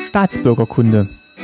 Staatsbürgerkunde.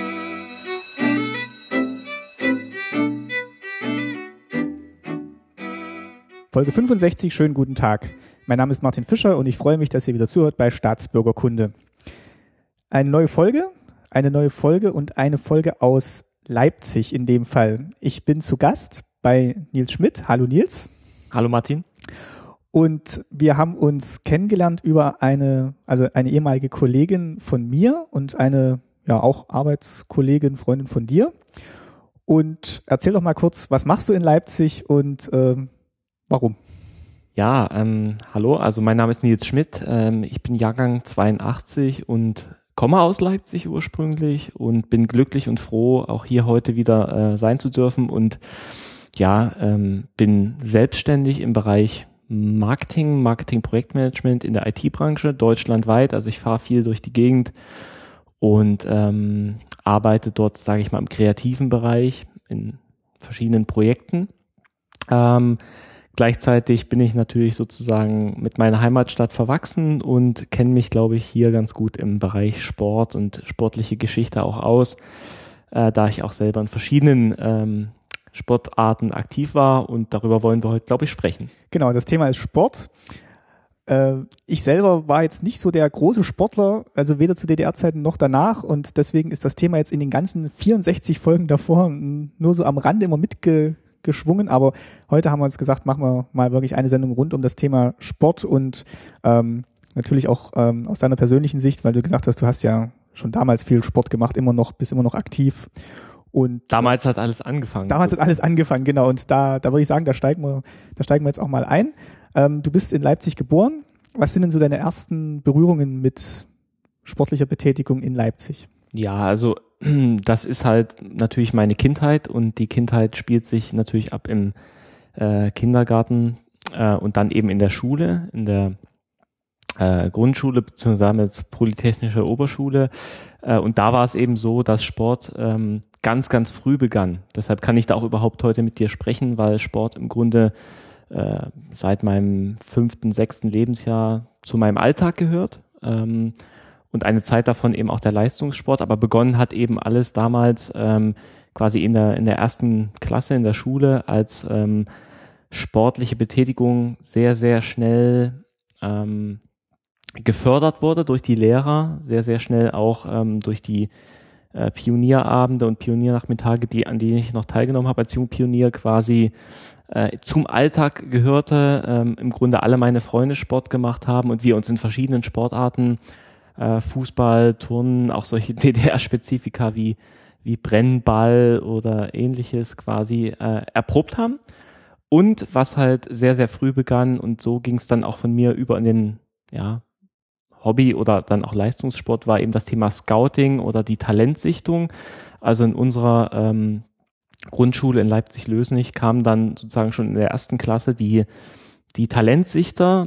Folge 65, schönen guten Tag. Mein Name ist Martin Fischer und ich freue mich, dass ihr wieder zuhört bei Staatsbürgerkunde. Eine neue Folge und eine Folge aus Leipzig in dem Fall. Ich bin zu Gast bei Nils Schmidt. Hallo Nils. Hallo Martin. Und wir haben uns kennengelernt über eine ehemalige Kollegin von mir und eine auch Arbeitskollegin, Freundin von dir. Und erzähl doch mal kurz, was machst du in Leipzig und warum? Ja, hallo, also mein Name ist Nils Schmidt. Ich bin Jahrgang 82 und komme aus Leipzig ursprünglich und bin glücklich und froh, auch hier heute wieder sein zu dürfen und bin selbstständig im Bereich Marketing-Projektmanagement in der IT-Branche deutschlandweit. Also ich fahre viel durch die Gegend und arbeite dort, sage ich mal, im kreativen Bereich in verschiedenen Projekten. Gleichzeitig bin ich natürlich sozusagen mit meiner Heimatstadt verwachsen und kenne mich, glaube ich, hier ganz gut im Bereich Sport und sportliche Geschichte auch aus, da ich auch selber in verschiedenen Sportarten aktiv war und darüber wollen wir heute, glaube ich, sprechen. Genau, das Thema ist Sport. Ich selber war jetzt nicht so der große Sportler, also weder zu DDR-Zeiten noch danach und deswegen ist das Thema jetzt in den ganzen 64 Folgen davor nur so am Rande immer mitgeschwungen, aber heute haben wir uns gesagt, machen wir mal wirklich eine Sendung rund um das Thema Sport und natürlich auch aus deiner persönlichen Sicht, weil du gesagt hast, du hast ja schon damals viel Sport gemacht, bist immer noch aktiv. Und damals hat alles angefangen. Genau. Und da würde ich sagen, da steigen wir jetzt auch mal ein. Du bist in Leipzig geboren. Was sind denn so deine ersten Berührungen mit sportlicher Betätigung in Leipzig? Ja, also das ist halt natürlich meine Kindheit und die Kindheit spielt sich natürlich ab im Kindergarten und dann eben in der Schule, in der Grundschule bzw. Polytechnische Oberschule und da war es eben so, dass Sport ganz, ganz früh begann. Deshalb kann ich da auch überhaupt heute mit dir sprechen, weil Sport im Grunde seit meinem 5., 6. Lebensjahr zu meinem Alltag gehört und eine Zeit davon eben auch der Leistungssport, aber begonnen hat eben alles damals quasi in der ersten Klasse in der Schule als sportliche Betätigung sehr, sehr schnell gefördert wurde durch die Lehrer, sehr, sehr schnell auch durch die Pionierabende und Pioniernachmittage, an denen ich noch teilgenommen habe als Jungpionier, quasi zum Alltag gehörte, im Grunde alle meine Freunde Sport gemacht haben und wir uns in verschiedenen Sportarten, Fußball, Turnen, auch solche DDR-Spezifika wie Brennball oder ähnliches quasi erprobt haben. Und was halt sehr, sehr früh begann und so ging es dann auch von mir über in den Hobby oder dann auch Leistungssport war eben das Thema Scouting oder die Talentsichtung. Also in unserer Grundschule in Leipzig-Lösnich kamen dann sozusagen schon in der ersten Klasse die Talentsichter,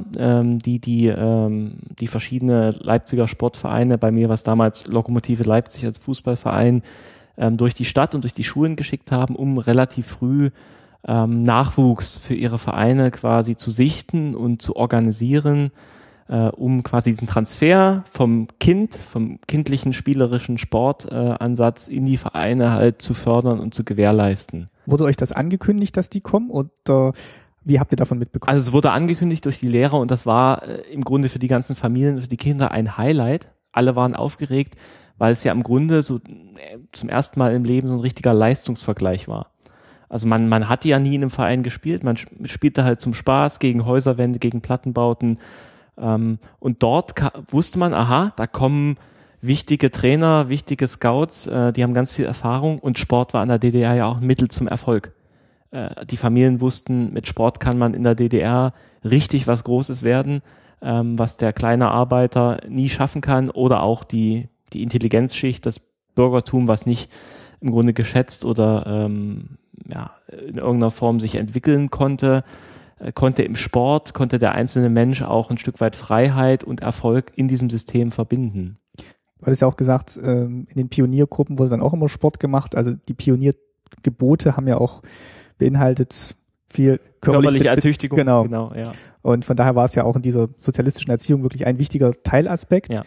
die verschiedene Leipziger Sportvereine, bei mir war es damals Lokomotive Leipzig als Fußballverein, durch die Stadt und durch die Schulen geschickt haben, um relativ früh Nachwuchs für ihre Vereine quasi zu sichten und zu organisieren, um quasi diesen Transfer vom kindlichen spielerischen Sportansatz in die Vereine halt zu fördern und zu gewährleisten. Wurde euch das angekündigt, dass die kommen oder wie habt ihr davon mitbekommen? Also es wurde angekündigt durch die Lehrer und das war im Grunde für die ganzen Familien, für die Kinder ein Highlight. Alle waren aufgeregt, weil es ja im Grunde so zum ersten Mal im Leben so ein richtiger Leistungsvergleich war. Also man hatte ja nie in einem Verein gespielt, man spielte halt zum Spaß gegen Häuserwände, gegen Plattenbauten. Und dort wusste man, da kommen wichtige Trainer, wichtige Scouts, die haben ganz viel Erfahrung und Sport war in der DDR ja auch ein Mittel zum Erfolg. Die Familien wussten, mit Sport kann man in der DDR richtig was Großes werden, was der kleine Arbeiter nie schaffen kann oder auch die Intelligenzschicht, das Bürgertum, was nicht im Grunde geschätzt oder in irgendeiner Form sich entwickeln konnte im Sport, konnte der einzelne Mensch auch ein Stück weit Freiheit und Erfolg in diesem System verbinden. Du hattest ja auch gesagt, in den Pioniergruppen wurde dann auch immer Sport gemacht. Also die Pioniergebote haben ja auch beinhaltet viel körperliche Ertüchtigung. Genau, ja. Und von daher war es ja auch in dieser sozialistischen Erziehung wirklich ein wichtiger Teilaspekt. Ja.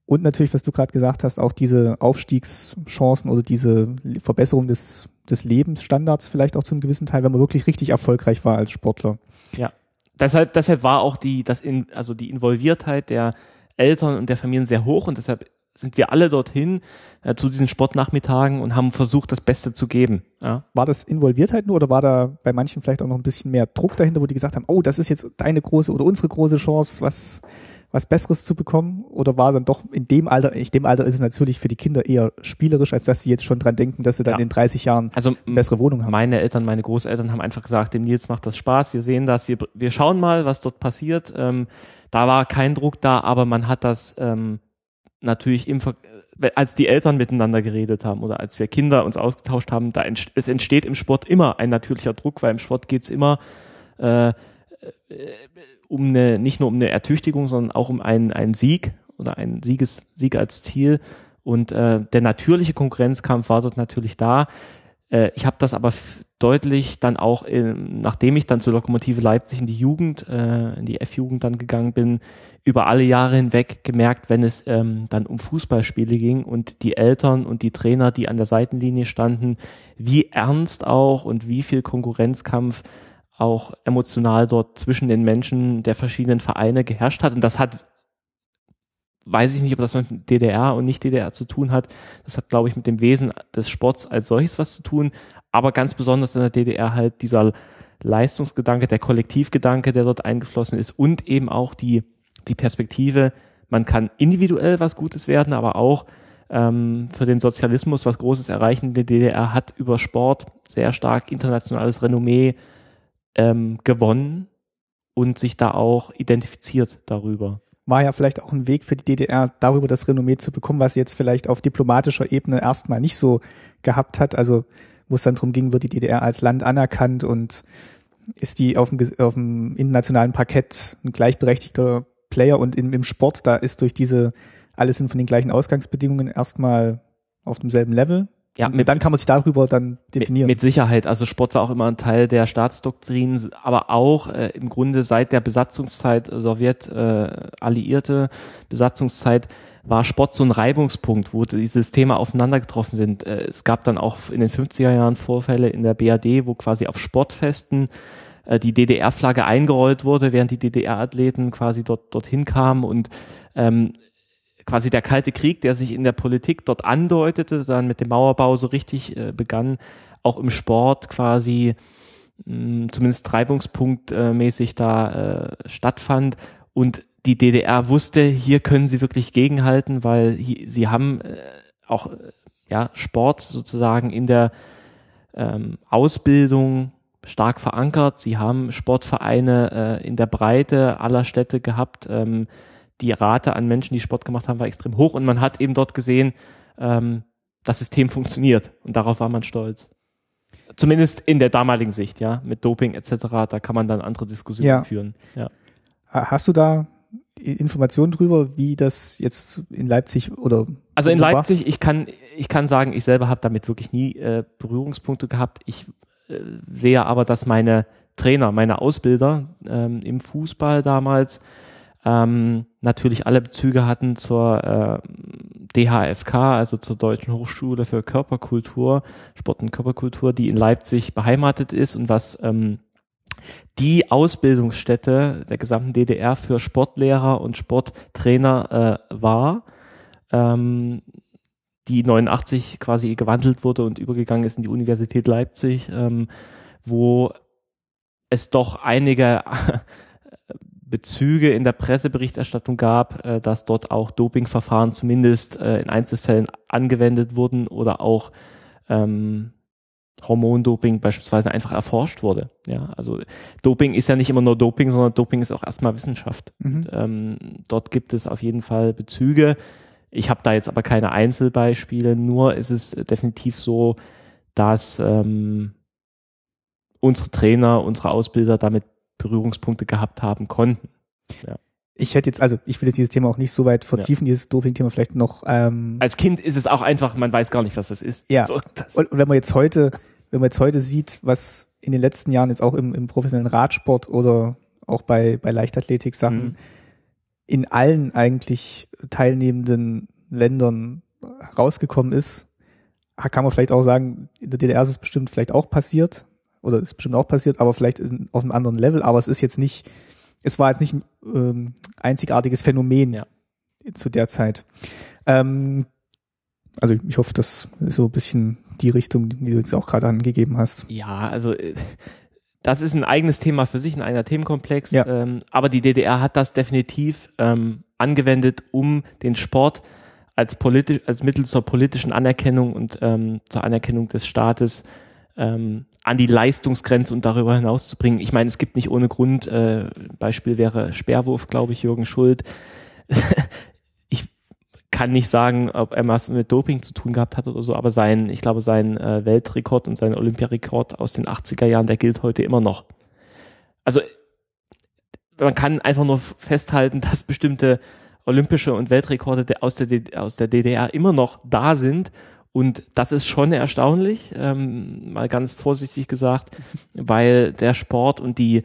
Und natürlich, was du gerade gesagt hast, auch diese Aufstiegschancen oder diese Verbesserung des Lebensstandards vielleicht auch zum gewissen Teil, wenn man wirklich richtig erfolgreich war als Sportler. Ja, deshalb war auch die Involviertheit der Eltern und der Familien sehr hoch und deshalb sind wir alle dorthin zu diesen Sportnachmittagen und haben versucht, das Beste zu geben. Ja. War das Involviertheit nur oder war da bei manchen vielleicht auch noch ein bisschen mehr Druck dahinter, wo die gesagt haben, oh, das ist jetzt deine große oder unsere große Chance, was Besseres zu bekommen? Oder war dann doch in dem Alter ist es natürlich für die Kinder eher spielerisch, als dass sie jetzt schon dran denken, dass sie dann in 30 Jahren eine bessere Wohnung haben? Meine Eltern, meine Großeltern haben einfach gesagt, dem Nils macht das Spaß, wir sehen das, wir schauen mal, was dort passiert. Da war kein Druck da, aber man hat das natürlich als die Eltern miteinander geredet haben oder als wir Kinder uns ausgetauscht haben, es entsteht im Sport immer ein natürlicher Druck, weil im Sport geht's immer nicht nur um eine Ertüchtigung, sondern auch um einen Sieg oder einen Sieg als Ziel. Und der natürliche Konkurrenzkampf war dort natürlich da. Ich habe das aber deutlich dann auch, nachdem ich dann zur Lokomotive Leipzig in die Jugend, in die F-Jugend dann gegangen bin, über alle Jahre hinweg gemerkt, wenn es dann um Fußballspiele ging und die Eltern und die Trainer, die an der Seitenlinie standen, wie ernst auch und wie viel Konkurrenzkampf auch emotional dort zwischen den Menschen der verschiedenen Vereine geherrscht hat. Und das weiß ich nicht, ob das mit DDR und nicht DDR zu tun hat. Das hat, glaube ich, mit dem Wesen des Sports als solches was zu tun. Aber ganz besonders in der DDR halt dieser Leistungsgedanke, der Kollektivgedanke, der dort eingeflossen ist und eben auch die Perspektive, man kann individuell was Gutes werden, aber auch für den Sozialismus was Großes erreichen. Die DDR hat über Sport sehr stark internationales Renommee gewonnen und sich da auch identifiziert darüber. War ja vielleicht auch ein Weg für die DDR, darüber das Renommee zu bekommen, was sie jetzt vielleicht auf diplomatischer Ebene erstmal nicht so gehabt hat. Also wo es dann darum ging, wird die DDR als Land anerkannt und ist die auf dem internationalen Parkett ein gleichberechtigter Player und im Sport, da ist durch alle sind von den gleichen Ausgangsbedingungen erstmal auf demselben Level. Ja, und dann kann man sich darüber dann definieren. Mit Sicherheit. Also Sport war auch immer ein Teil der Staatsdoktrin, aber auch im Grunde seit der Besatzungszeit, alliierte Besatzungszeit, war Sport so ein Reibungspunkt, wo die Systeme aufeinander getroffen sind. Es gab dann auch in den 50er Jahren Vorfälle in der BRD, wo quasi auf Sportfesten die DDR-Flagge eingerollt wurde, während die DDR-Athleten quasi dorthin kamen und quasi der Kalte Krieg, der sich in der Politik dort andeutete, dann mit dem Mauerbau so richtig begann, auch im Sport quasi zumindest reibungspunktmäßig da stattfand. Und die DDR wusste, hier können sie wirklich gegenhalten, weil sie haben auch Sport sozusagen in der Ausbildung stark verankert. Sie haben Sportvereine in der Breite aller Städte gehabt. Die Rate an Menschen, die Sport gemacht haben, war extrem hoch und man hat eben dort gesehen, das System funktioniert und darauf war man stolz. Zumindest in der damaligen Sicht, ja, mit Doping etc., da kann man dann andere Diskussionen führen. Ja. Hast du da Informationen drüber, wie das jetzt in Leipzig oder? Also in Leipzig, ich kann sagen, ich selber habe damit wirklich nie Berührungspunkte gehabt. Ich sehe aber, dass meine Trainer, meine Ausbilder im Fußball damals natürlich alle Bezüge hatten zur DHFK, also zur Deutschen Hochschule für Körperkultur, Sport und Körperkultur, die in Leipzig beheimatet ist und was die Ausbildungsstätte der gesamten DDR für Sportlehrer und Sporttrainer war, die 89 quasi gewandelt wurde und übergegangen ist in die Universität Leipzig, wo es doch einige Bezüge in der Presseberichterstattung gab, dass dort auch Dopingverfahren zumindest in Einzelfällen angewendet wurden oder auch Hormondoping beispielsweise einfach erforscht wurde. Ja, also Doping ist ja nicht immer nur Doping, sondern Doping ist auch erstmal Wissenschaft. Mhm. Und, dort gibt es auf jeden Fall Bezüge. Ich habe da jetzt aber keine Einzelbeispiele, nur ist es definitiv so, dass unsere Trainer, unsere Ausbilder damit Berührungspunkte gehabt haben konnten. Ja. Ich will jetzt dieses Thema auch nicht so weit vertiefen, dieses Doping-Thema vielleicht noch. Als Kind ist es auch einfach, man weiß gar nicht, was das ist. Ja. So, und wenn man jetzt heute sieht, was in den letzten Jahren jetzt auch im professionellen Radsport oder auch bei Leichtathletik-Sachen in allen eigentlich teilnehmenden Ländern rausgekommen ist. Kann man vielleicht auch sagen, in der DDR ist es bestimmt vielleicht auch passiert, oder ist bestimmt auch passiert, aber vielleicht auf einem anderen Level, aber es war jetzt nicht ein einzigartiges Phänomen zu der Zeit. Also ich hoffe, das ist so ein bisschen die Richtung, die du jetzt auch gerade angegeben hast. Ja, also das ist ein eigenes Thema für sich, ein eigener Themenkomplex, aber die DDR hat das definitiv angewendet, um den Sport als Mittel zur politischen Anerkennung und zur Anerkennung des Staates an die Leistungsgrenze und darüber hinaus zu bringen. Ich meine, es gibt nicht ohne Grund, Beispiel wäre Speerwurf, glaube ich, Jürgen Schuld. Ich kann nicht sagen, ob er was mit Doping zu tun gehabt hat oder so, aber sein Weltrekord und sein Olympiarekord aus den 80er Jahren, der gilt heute immer noch. Also man kann einfach nur festhalten, dass bestimmte olympische und Weltrekorde aus der DDR immer noch da sind. Und das ist schon erstaunlich, mal ganz vorsichtig gesagt, weil der Sport und die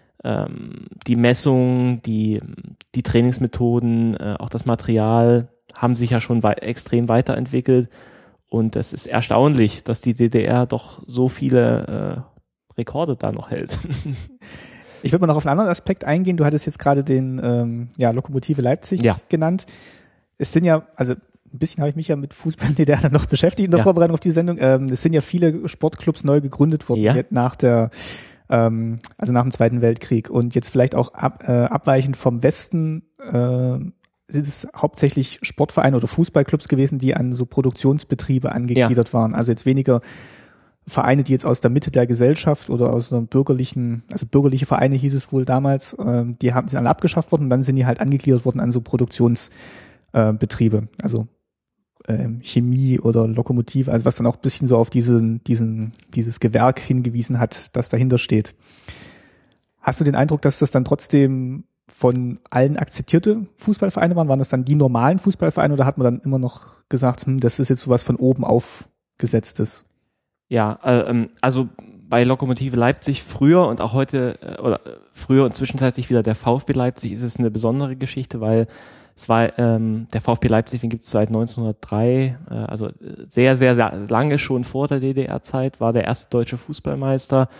Messung, die Trainingsmethoden, auch das Material haben sich ja schon extrem weiterentwickelt. Und es ist erstaunlich, dass die DDR doch so viele Rekorde da noch hält. Ich würde mal noch auf einen anderen Aspekt eingehen. Du hattest jetzt gerade den Lokomotive Leipzig genannt. Es sind ja, also ein bisschen habe ich mich ja mit Fußball in der DDR dann noch beschäftigt in der Vorbereitung auf die Sendung. Es sind ja viele Sportclubs neu gegründet worden nach nach dem Zweiten Weltkrieg. Und jetzt vielleicht auch abweichend vom Westen sind es hauptsächlich Sportvereine oder Fußballclubs gewesen, die an so Produktionsbetriebe angegliedert waren. Also jetzt weniger Vereine, die jetzt aus der Mitte der Gesellschaft oder aus einer bürgerliche Vereine hieß es wohl damals, sind alle abgeschafft worden und dann sind die halt angegliedert worden an so Produktionsbetriebe, also Chemie oder Lokomotive, also was dann auch ein bisschen so auf dieses Gewerk hingewiesen hat, das dahinter steht. Hast du den Eindruck, dass das dann trotzdem von allen akzeptierte Fußballvereine waren? Waren das dann die normalen Fußballvereine oder hat man dann immer noch gesagt, das ist jetzt sowas von oben aufgesetztes? Ja, also bei Lokomotive Leipzig früher und auch heute oder früher und zwischenzeitlich wieder der VfB Leipzig ist es eine besondere Geschichte, weil es war der VfB Leipzig, den gibt es seit 1903, also sehr, sehr, sehr lange schon vor der DDR-Zeit, war der erste deutsche Fußballmeister,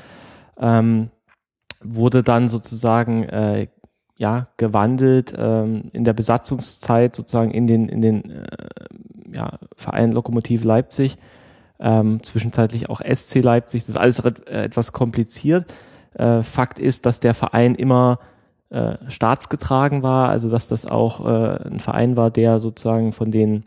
wurde dann sozusagen gewandelt in der Besatzungszeit sozusagen in den Verein Lokomotive Leipzig. Zwischenzeitlich auch SC Leipzig, das ist alles etwas kompliziert. Fakt ist, dass der Verein immer staatsgetragen war, also dass das auch ein Verein war, der sozusagen von den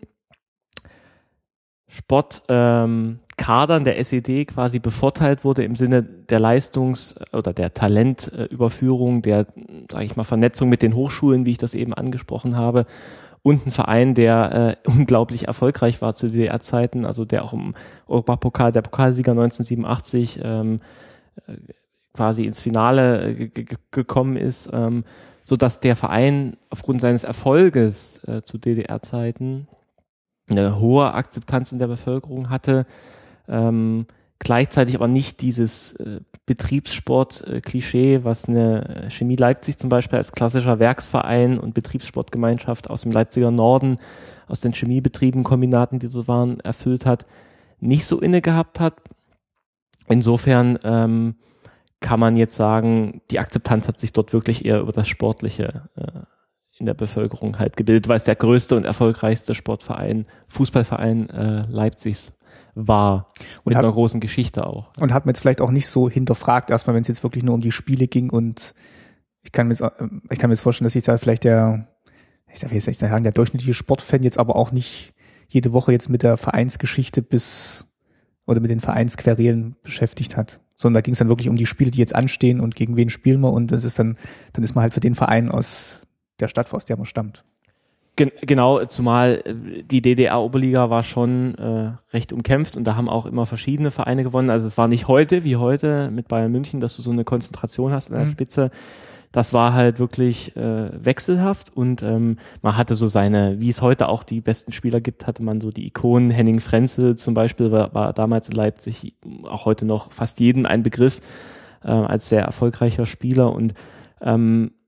Sportkadern der SED quasi bevorteilt wurde im Sinne der oder der Talentüberführung, der, sage ich mal, Vernetzung mit den Hochschulen, wie ich das eben angesprochen habe. Und ein Verein, der unglaublich erfolgreich war zu DDR-Zeiten, also der auch im Europapokal, der Pokalsieger 1987 quasi ins Finale gekommen ist, so dass der Verein aufgrund seines Erfolges zu DDR-Zeiten eine hohe Akzeptanz in der Bevölkerung hatte, gleichzeitig aber nicht dieses Betriebssport-Klischee, was eine Chemie Leipzig zum Beispiel als klassischer Werksverein und Betriebssportgemeinschaft aus dem Leipziger Norden, aus den Chemiebetrieben, Kombinaten, die so waren, erfüllt hat, nicht so inne gehabt hat. Insofern kann man jetzt sagen, die Akzeptanz hat sich dort wirklich eher über das Sportliche in der Bevölkerung halt gebildet, weil es der größte und erfolgreichste Fußballverein Leipzigs war. Und mit einer großen Geschichte auch. Und hat man jetzt vielleicht auch nicht so hinterfragt, erstmal, wenn es jetzt wirklich nur um die Spiele ging und ich kann mir jetzt vorstellen, dass sich da vielleicht der durchschnittliche Sportfan jetzt aber auch nicht jede Woche jetzt mit der Vereinsgeschichte oder mit den Vereinsquerelen beschäftigt hat. Sondern da ging es dann wirklich um die Spiele, die jetzt anstehen und gegen wen spielen wir und das ist dann ist man halt für den Verein aus der Stadt, aus der man stammt. Genau, zumal die DDR-Oberliga war schon recht umkämpft und da haben auch immer verschiedene Vereine gewonnen. Also es war nicht wie heute mit Bayern München, dass du so eine Konzentration hast in der Spitze. Das war halt wirklich wechselhaft und man hatte so wie es heute auch die besten Spieler gibt, hatte man so die Ikonen. Henning Frenzel zum Beispiel war damals in Leipzig auch heute noch fast jedem ein Begriff als sehr erfolgreicher Spieler und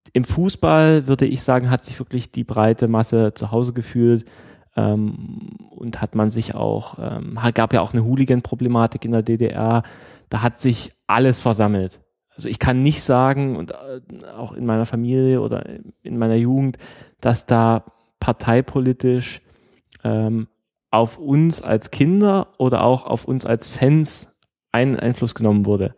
Im Fußball, würde ich sagen, hat sich wirklich die breite Masse zu Hause gefühlt, und hat man sich auch, gab ja auch eine Hooligan-Problematik in der DDR, da hat sich alles versammelt. Also ich kann nicht sagen, und auch in meiner Familie oder in meiner Jugend, dass da parteipolitisch auf uns als Kinder oder auch auf uns als Fans Einfluss genommen wurde.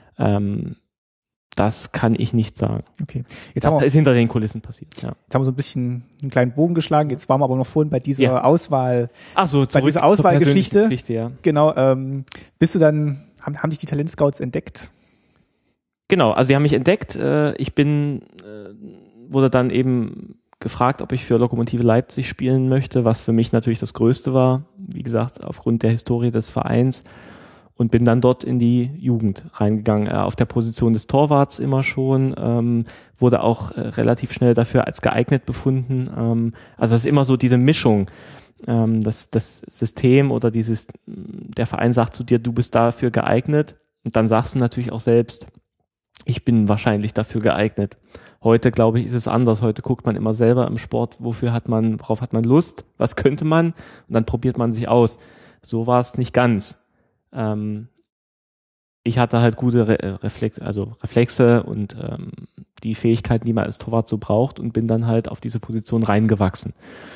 Das kann ich nicht sagen. Okay. Das ist hinter den Kulissen passiert. Ja. Jetzt haben wir so ein bisschen einen kleinen Bogen geschlagen. Jetzt waren wir aber noch vorhin bei dieser Auswahl. Ach so, bei dieser Auswahlgeschichte. Ja. Genau. Bist du dann, haben dich die Talentscouts entdeckt? Genau, also sie haben mich entdeckt. Ich wurde dann eben gefragt, ob ich für Lokomotive Leipzig spielen möchte, was für mich natürlich das Größte war. Wie gesagt, aufgrund der Historie des Vereins. Und bin dann dort in die Jugend reingegangen, auf der Position des Torwarts immer schon, wurde auch relativ schnell dafür als geeignet befunden. Also es ist immer so diese Mischung, das System oder der Verein sagt zu dir, du bist dafür geeignet, und dann sagst du natürlich auch selbst, ich bin wahrscheinlich dafür geeignet. Heute, glaube ich, ist es anders. Heute guckt man immer selber im Sport, worauf hat man Lust, was könnte man, und dann probiert man sich aus. So war es nicht ganz. Ich hatte halt gute Reflexe und die Fähigkeiten, die man als Torwart so braucht, und bin dann halt auf diese Position reingewachsen.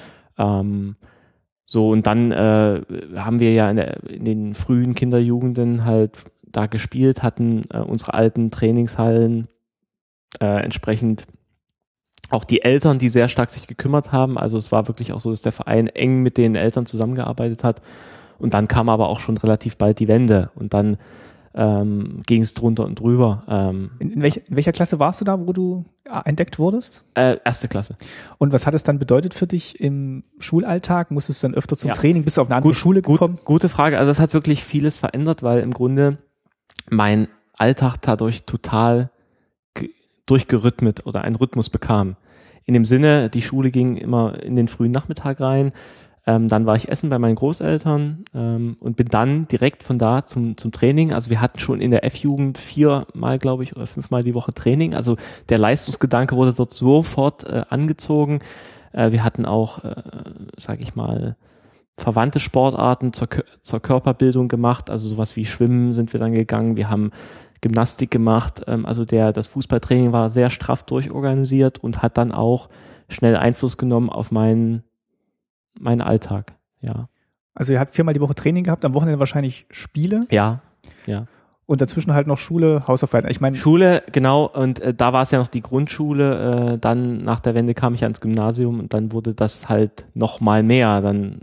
So, und dann haben wir ja in den frühen Kinderjugenden halt da gespielt, hatten unsere alten Trainingshallen, entsprechend auch die Eltern, die sehr stark sich gekümmert haben. Also es war wirklich auch so, dass der Verein eng mit den Eltern zusammengearbeitet hat. Und dann kam aber auch schon relativ bald die Wende, und dann ging es drunter und drüber. In welcher Klasse warst du da, wo du entdeckt wurdest? 1. Klasse. Und was hat es dann bedeutet für dich im Schulalltag? Musstest du dann öfter zum Training? Bist du auf eine andere Schule gekommen? Gute Frage. Also es hat wirklich vieles verändert, weil im Grunde mein Alltag dadurch total durchgerhythmet oder einen Rhythmus bekam. In dem Sinne, die Schule ging immer in den frühen Nachmittag rein. Dann war ich essen bei meinen Großeltern und bin dann direkt von da zum Training. Also wir hatten schon in der F-Jugend 4-mal, glaube ich, oder 5-mal die Woche Training. Also der Leistungsgedanke wurde dort sofort angezogen. Wir hatten auch, sage ich mal, verwandte Sportarten zur Körperbildung gemacht. Also sowas wie Schwimmen sind wir dann gegangen. Wir haben Gymnastik gemacht. Also das Fußballtraining war sehr straff durchorganisiert und hat dann auch schnell Einfluss genommen auf meinen Alltag, ja. Also ihr habt 4-mal die Woche Training gehabt, am Wochenende wahrscheinlich Spiele. Ja. Und dazwischen halt noch Schule, Hausaufgaben. Ich meine Schule, genau, und da war es ja noch die Grundschule, dann nach der Wende kam ich ja ins Gymnasium, und dann wurde das halt noch mal mehr, dann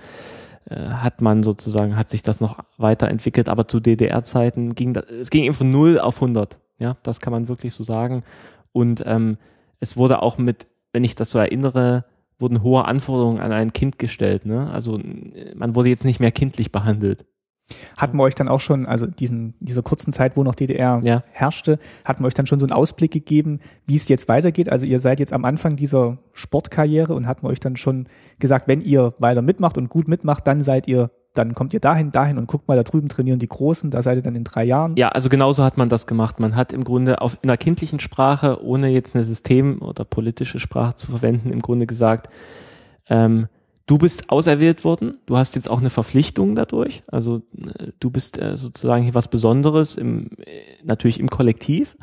hat sich das noch weiterentwickelt, aber zu DDR-Zeiten ging eben von 0 auf 100, ja, das kann man wirklich so sagen, und es wurde auch wenn ich das so erinnere, wurden hohe Anforderungen an ein Kind gestellt, ne? Also man wurde jetzt nicht mehr kindlich behandelt. Hatten wir euch dann auch schon, also dieser kurzen Zeit, wo noch DDR herrschte, hatten wir euch dann schon so einen Ausblick gegeben, wie es jetzt weitergeht? Also ihr seid jetzt am Anfang dieser Sportkarriere, und hatten wir euch dann schon gesagt, wenn ihr weiter mitmacht und gut mitmacht, dann kommt ihr dahin und guckt mal, da drüben trainieren die Großen, da seid ihr dann in 3 Jahren. Ja, also genauso hat man das gemacht. Man hat im Grunde in einer kindlichen Sprache, ohne jetzt eine System- oder politische Sprache zu verwenden, im Grunde gesagt, du bist auserwählt worden, du hast jetzt auch eine Verpflichtung dadurch, also du bist sozusagen hier was Besonderes, natürlich im Kollektiv.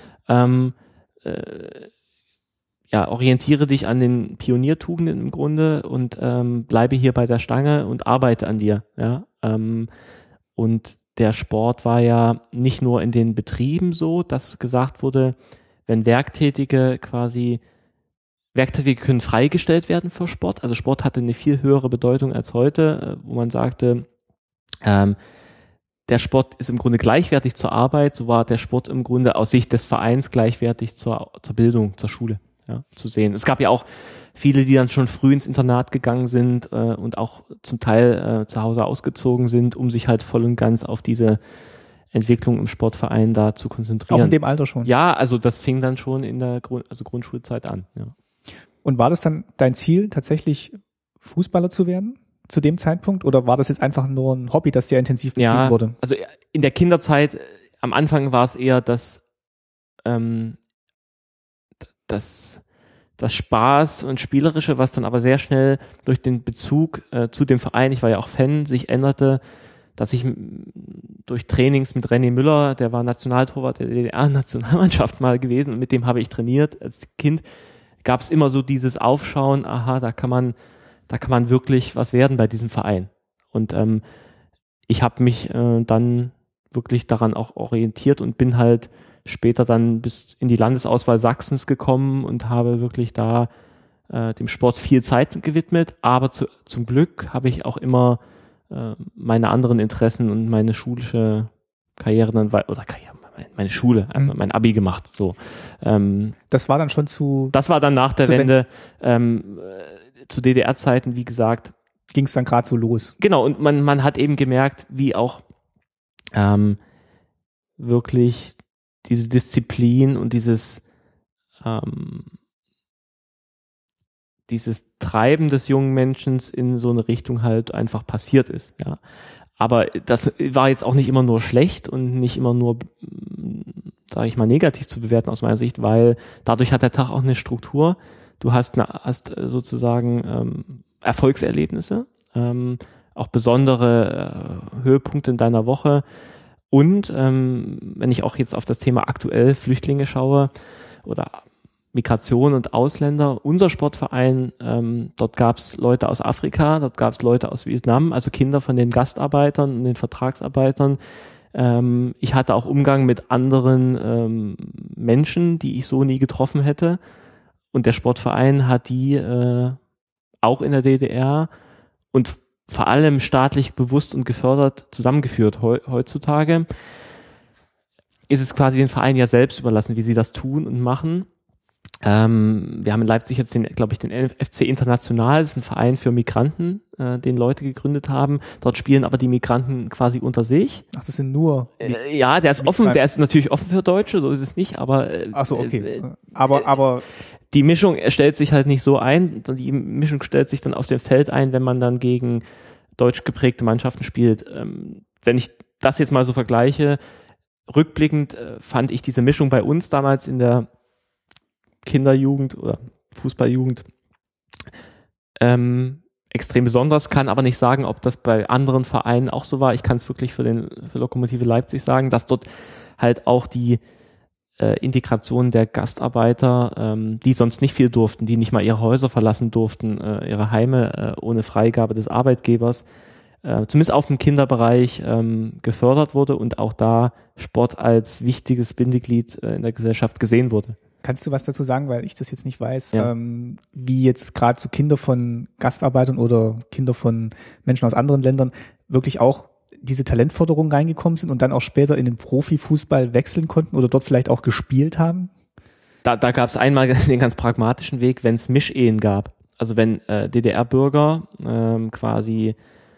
Orientiere dich an den Pioniertugenden im Grunde und bleibe hier bei der Stange und arbeite an dir. Ja? Und der Sport war ja nicht nur in den Betrieben so, dass gesagt wurde, wenn Werktätige können freigestellt werden für Sport. Also Sport hatte eine viel höhere Bedeutung als heute, wo man sagte, der Sport ist im Grunde gleichwertig zur Arbeit, so war der Sport im Grunde aus Sicht des Vereins gleichwertig zur Bildung, zur Schule, ja, zu sehen. Es gab ja auch viele, die dann schon früh ins Internat gegangen sind und auch zum Teil zu Hause ausgezogen sind, um sich halt voll und ganz auf diese Entwicklung im Sportverein da zu konzentrieren. Auch in dem Alter schon? Ja, also das fing dann schon in der Grundschulzeit an, ja. Und war das dann dein Ziel, tatsächlich Fußballer zu werden zu dem Zeitpunkt? Oder war das jetzt einfach nur ein Hobby, das sehr intensiv betrieben wurde? Also in der Kinderzeit, am Anfang war es eher, dass das Spaß und Spielerische, was dann aber sehr schnell durch den Bezug zu dem Verein, ich war ja auch Fan, sich änderte, dass ich durch Trainings mit René Müller, der war Nationaltorwart der DDR-Nationalmannschaft mal gewesen und mit dem habe ich trainiert als Kind, gab es immer so dieses Aufschauen, aha, da kann man wirklich was werden bei diesem Verein. Und ich habe mich dann wirklich daran auch orientiert und bin halt später dann bis in die Landesauswahl Sachsens gekommen und habe wirklich da dem Sport viel Zeit gewidmet. Aber zum Glück habe ich auch immer meine anderen Interessen und meine schulische Karriere dann meine Schule, also mein Abi gemacht. So. Das war dann schon Das war dann nach der Wende zu DDR-Zeiten, wie gesagt. Ging es dann gerade so los. Genau, und man hat eben gemerkt, wie auch wirklich diese Disziplin und dieses Treiben des jungen Menschen in so eine Richtung halt einfach passiert ist. Ja. Aber das war jetzt auch nicht immer nur schlecht und nicht immer nur, sage ich mal, negativ zu bewerten aus meiner Sicht, weil dadurch hat der Tag auch eine Struktur. Du hast sozusagen Erfolgserlebnisse, auch besondere Höhepunkte in deiner Woche. Und wenn ich auch jetzt auf das Thema aktuell Flüchtlinge schaue oder Migration und Ausländer, unser Sportverein, dort gab es Leute aus Afrika, dort gab es Leute aus Vietnam, also Kinder von den Gastarbeitern und den Vertragsarbeitern. Ich hatte auch Umgang mit anderen Menschen, die ich so nie getroffen hätte. Und der Sportverein hat die auch in der DDR und vor allem staatlich bewusst und gefördert zusammengeführt. Heutzutage ist es quasi den Verein ja selbst überlassen, wie sie das tun und machen. Wir haben in Leipzig jetzt den FC International, das ist ein Verein für Migranten, den Leute gegründet haben. Dort spielen aber die Migranten quasi unter sich. Ach, das sind nur... ja, der ist offen, der ist natürlich offen für Deutsche, so ist es nicht, aber... Ach so, okay. Aber die Mischung stellt sich halt nicht so ein, die Mischung stellt sich dann auf dem Feld ein, wenn man dann gegen deutsch geprägte Mannschaften spielt. Wenn ich das jetzt mal so vergleiche, rückblickend fand ich diese Mischung bei uns damals in der Kinderjugend oder Fußballjugend extrem besonders, kann aber nicht sagen, ob das bei anderen Vereinen auch so war. Ich kann es wirklich für Lokomotive Leipzig sagen, dass dort halt auch die Integration der Gastarbeiter, die sonst nicht viel durften, die nicht mal ihre Häuser verlassen durften, ihre Heime ohne Freigabe des Arbeitgebers, zumindest auf dem Kinderbereich gefördert wurde und auch da Sport als wichtiges Bindeglied in der Gesellschaft gesehen wurde. Kannst du was dazu sagen, weil ich das jetzt nicht weiß, wie jetzt gerade so Kinder von Gastarbeitern oder Kinder von Menschen aus anderen Ländern wirklich auch diese Talentförderung reingekommen sind und dann auch später in den Profifußball wechseln konnten oder dort vielleicht auch gespielt haben? Da gab es einmal den ganz pragmatischen Weg, wenn es Mischehen gab. Also wenn DDR-Bürger quasi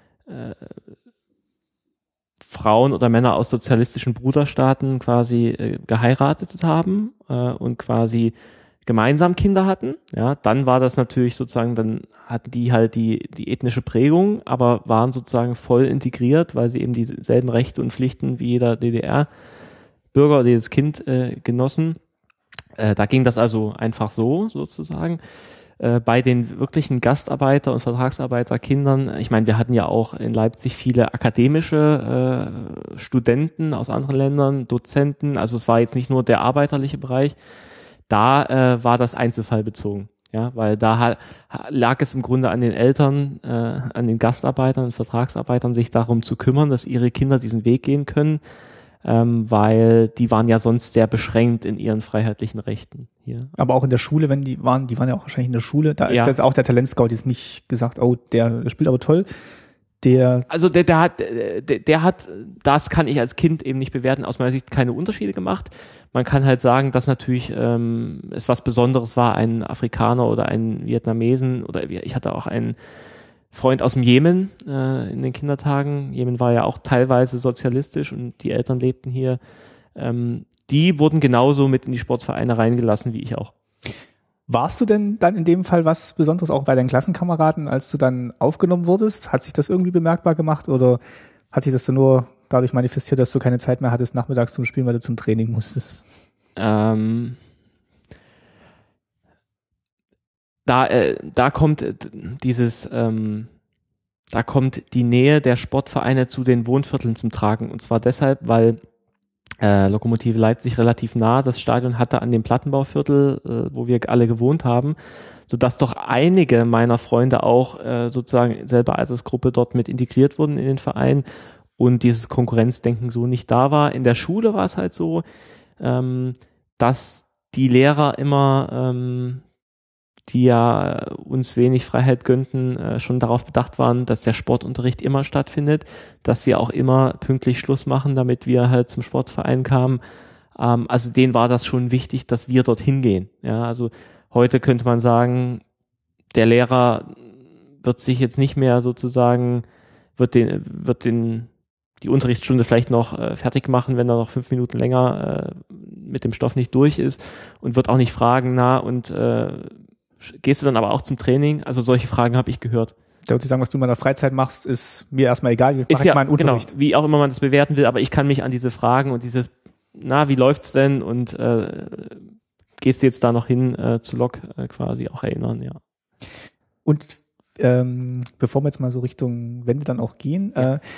Frauen oder Männer aus sozialistischen Bruderstaaten quasi geheiratet haben und quasi gemeinsam Kinder hatten, ja, dann war das natürlich sozusagen, dann hatten die halt die ethnische Prägung, aber waren sozusagen voll integriert, weil sie eben dieselben Rechte und Pflichten wie jeder DDR-Bürger oder jedes Kind genossen. Da ging das also einfach so sozusagen. Bei den wirklichen Gastarbeiter- und Vertragsarbeiterkindern, ich meine, wir hatten ja auch in Leipzig viele akademische Studenten aus anderen Ländern, Dozenten, also es war jetzt nicht nur der arbeiterliche Bereich, da war das einzelfallbezogen, ja, weil da lag es im Grunde an den Eltern, an den Gastarbeitern und Vertragsarbeitern, sich darum zu kümmern, dass ihre Kinder diesen Weg gehen können, weil die waren ja sonst sehr beschränkt in ihren freiheitlichen Rechten hier. Aber auch in der Schule, wenn die waren ja auch wahrscheinlich in der Schule, da ist jetzt auch der Talentscout jetzt nicht gesagt, oh, der spielt aber toll. Der hat, das kann ich als Kind eben nicht bewerten, aus meiner Sicht keine Unterschiede gemacht. Man kann halt sagen, dass natürlich es was Besonderes war, ein Afrikaner oder ein Vietnamesen oder ich hatte auch einen Freund aus dem Jemen in den Kindertagen. Jemen war ja auch teilweise sozialistisch und die Eltern lebten hier. Die wurden genauso mit in die Sportvereine reingelassen wie ich auch. Warst du denn dann in dem Fall was Besonderes auch bei deinen Klassenkameraden, als du dann aufgenommen wurdest? Hat sich das irgendwie bemerkbar gemacht oder hat sich das dann nur dadurch manifestiert, dass du keine Zeit mehr hattest nachmittags zum Spielen, weil du zum Training musstest? da kommt da kommt die Nähe der Sportvereine zu den Wohnvierteln zum Tragen. Und zwar deshalb, weil Lokomotive Leipzig relativ nah das Stadion hatte an dem Plattenbauviertel, wo wir alle gewohnt haben, sodass doch einige meiner Freunde auch sozusagen in selber Altersgruppe dort mit integriert wurden in den Verein und dieses Konkurrenzdenken so nicht da war. In der Schule war es halt so, dass die Lehrer immer die ja uns wenig Freiheit gönnten, schon darauf bedacht waren, dass der Sportunterricht immer stattfindet, dass wir auch immer pünktlich Schluss machen, damit wir halt zum Sportverein kamen. Also denen war das schon wichtig, dass wir dorthin gehen. Ja, also heute könnte man sagen, der Lehrer wird sich jetzt nicht mehr sozusagen, wird die Unterrichtsstunde vielleicht noch fertig machen, wenn er noch 5 Minuten länger mit dem Stoff nicht durch ist und wird auch nicht fragen, gehst du dann aber auch zum Training? Also solche Fragen habe ich gehört. Da würde ich sagen, was du in meiner Freizeit machst, ist mir erstmal egal. Ich mache meinen Unterricht. Genau, wie auch immer man das bewerten will, aber ich kann mich an diese Fragen und dieses, wie läuft's denn und gehst du jetzt da noch hin zu Lok quasi auch erinnern, ja. Und bevor wir jetzt mal so Richtung Wende dann auch gehen,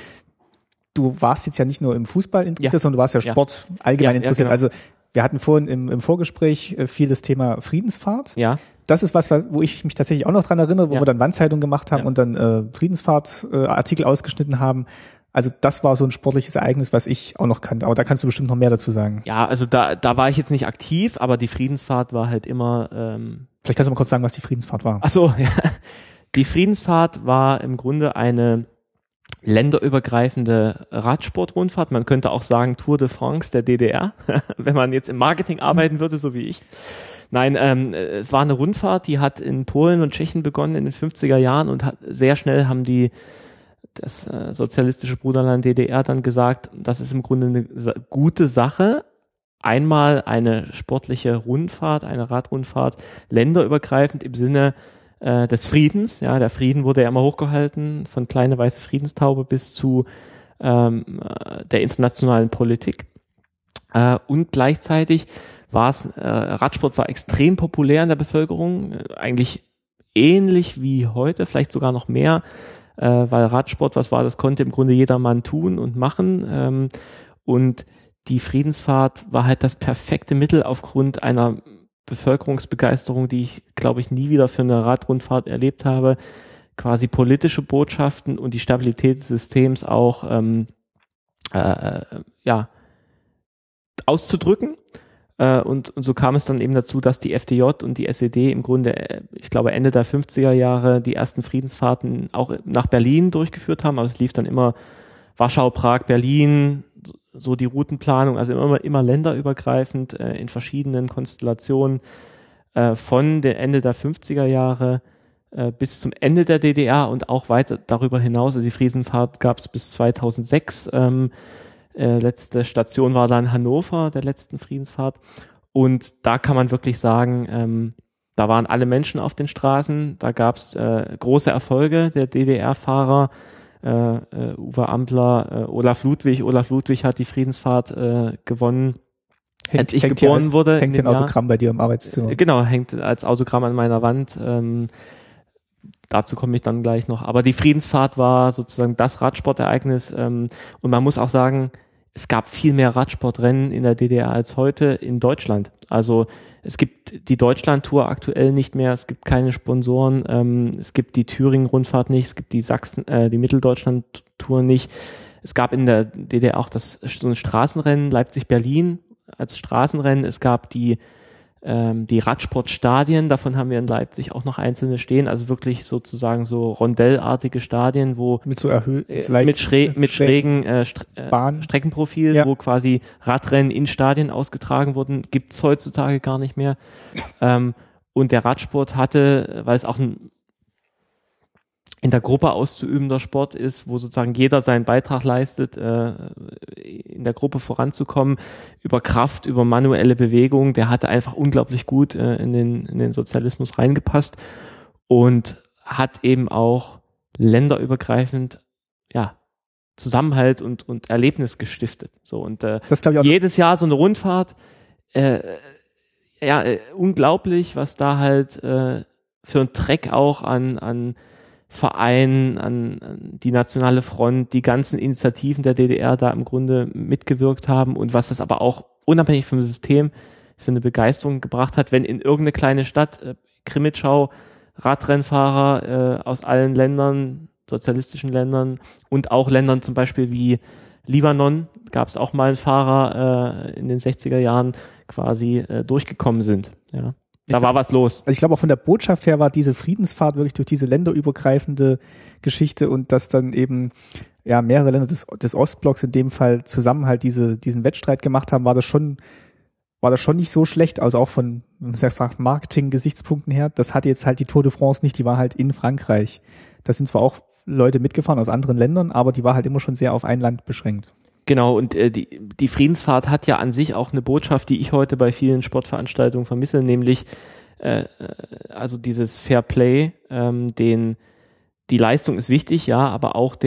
du warst jetzt ja nicht nur im Fußball interessiert, sondern du warst ja Sport allgemein interessiert. Genau. Also wir hatten vorhin im Vorgespräch viel das Thema Friedensfahrt. Ja. Das ist was, wo ich mich tatsächlich auch noch dran erinnere, wo wir dann Wandzeitung gemacht haben und dann Friedensfahrt-Artikel ausgeschnitten haben. Also das war so ein sportliches Ereignis, was ich auch noch kannte. Aber da kannst du bestimmt noch mehr dazu sagen. Ja, also da war ich jetzt nicht aktiv, aber die Friedensfahrt war halt immer... Vielleicht kannst du mal kurz sagen, was die Friedensfahrt war. Ach so, ja. Die Friedensfahrt war im Grunde eine länderübergreifende Radsportrundfahrt. Man könnte auch sagen Tour de France der DDR, wenn man jetzt im Marketing arbeiten würde, so wie ich. Nein, es war eine Rundfahrt, die hat in Polen und Tschechien begonnen in den 50er Jahren und sehr schnell haben das sozialistische Bruderland DDR dann gesagt, das ist im Grunde eine gute Sache. Einmal eine sportliche Rundfahrt, eine Radrundfahrt, länderübergreifend im Sinne des Friedens. Ja, der Frieden wurde ja immer hochgehalten, von kleine weiße Friedenstaube bis zu der internationalen Politik. Und gleichzeitig Radsport war extrem populär in der Bevölkerung, eigentlich ähnlich wie heute, vielleicht sogar noch mehr, weil Radsport das konnte im Grunde jedermann tun und machen. Und die Friedensfahrt war halt das perfekte Mittel aufgrund einer Bevölkerungsbegeisterung, die ich, glaube ich, nie wieder für eine Radrundfahrt erlebt habe, quasi politische Botschaften und die Stabilität des Systems auch auszudrücken. Und so kam es dann eben dazu, dass die FDJ und die SED im Grunde, ich glaube Ende der 50er Jahre, die ersten Friedensfahrten auch nach Berlin durchgeführt haben. Also es lief dann immer Warschau, Prag, Berlin, so die Routenplanung, also immer länderübergreifend in verschiedenen Konstellationen von dem Ende der 50er Jahre bis zum Ende der DDR und auch weiter darüber hinaus. Also die Friedensfahrt gab es bis 2006. Letzte Station war dann Hannover, der letzten Friedensfahrt. Und da kann man wirklich sagen, da waren alle Menschen auf den Straßen. Da gab es große Erfolge der DDR-Fahrer. Uwe Ambler, Olaf Ludwig. Olaf Ludwig hat die Friedensfahrt gewonnen, als ich geboren wurde. Hängt ein Autogramm bei dir im Arbeitszimmer. Genau, hängt als Autogramm an meiner Wand. Dazu komme ich dann gleich noch. Aber die Friedensfahrt war sozusagen das Radsportereignis. Und man muss auch sagen, es gab viel mehr Radsportrennen in der DDR als heute in Deutschland. Also es gibt die Deutschland-Tour aktuell nicht mehr, es gibt keine Sponsoren, es gibt die Thüringen-Rundfahrt nicht, es gibt die Mitteldeutschland-Tour nicht. Es gab in der DDR auch so ein Straßenrennen, Leipzig-Berlin als Straßenrennen. Es gab die Radsportstadien, davon haben wir in Leipzig auch noch einzelne stehen, also wirklich sozusagen so rondellartige Stadien, wo mit so mit schrägen Streckenprofil, wo quasi Radrennen in Stadien ausgetragen wurden, gibt's heutzutage gar nicht mehr. Und der Radsport hatte, weil es auch ein in der Gruppe auszuübender Sport ist, wo sozusagen jeder seinen Beitrag leistet, in der Gruppe voranzukommen, über Kraft, über manuelle Bewegung, der hatte einfach unglaublich gut in den Sozialismus reingepasst und hat eben auch länderübergreifend Zusammenhalt und Erlebnis gestiftet. So, und das glaub ich auch jedes Jahr so eine Rundfahrt, unglaublich, was da halt für einen Trek auch an Vereinen, an die Nationale Front, die ganzen Initiativen der DDR da im Grunde mitgewirkt haben und was das aber auch unabhängig vom System für eine Begeisterung gebracht hat, wenn in irgendeine kleine Stadt Krimitschau Radrennfahrer aus allen Ländern, sozialistischen Ländern und auch Ländern zum Beispiel wie Libanon, gab es auch mal einen Fahrer in den 60er Jahren quasi durchgekommen sind. Ja. Da war was los. Also ich glaube auch von der Botschaft her war diese Friedensfahrt wirklich durch diese länderübergreifende Geschichte und dass dann eben ja mehrere Länder des Ostblocks in dem Fall zusammen halt diesen Wettstreit gemacht haben, war das schon nicht so schlecht, also auch von Marketing-Gesichtspunkten her. Das hatte jetzt halt die Tour de France nicht, die war halt in Frankreich. Da sind zwar auch Leute mitgefahren aus anderen Ländern, aber die war halt immer schon sehr auf ein Land beschränkt. Genau, und die Friedensfahrt hat ja an sich auch eine Botschaft, die ich heute bei vielen Sportveranstaltungen vermisse, nämlich also dieses Fair Play, die Leistung ist wichtig, ja, aber auch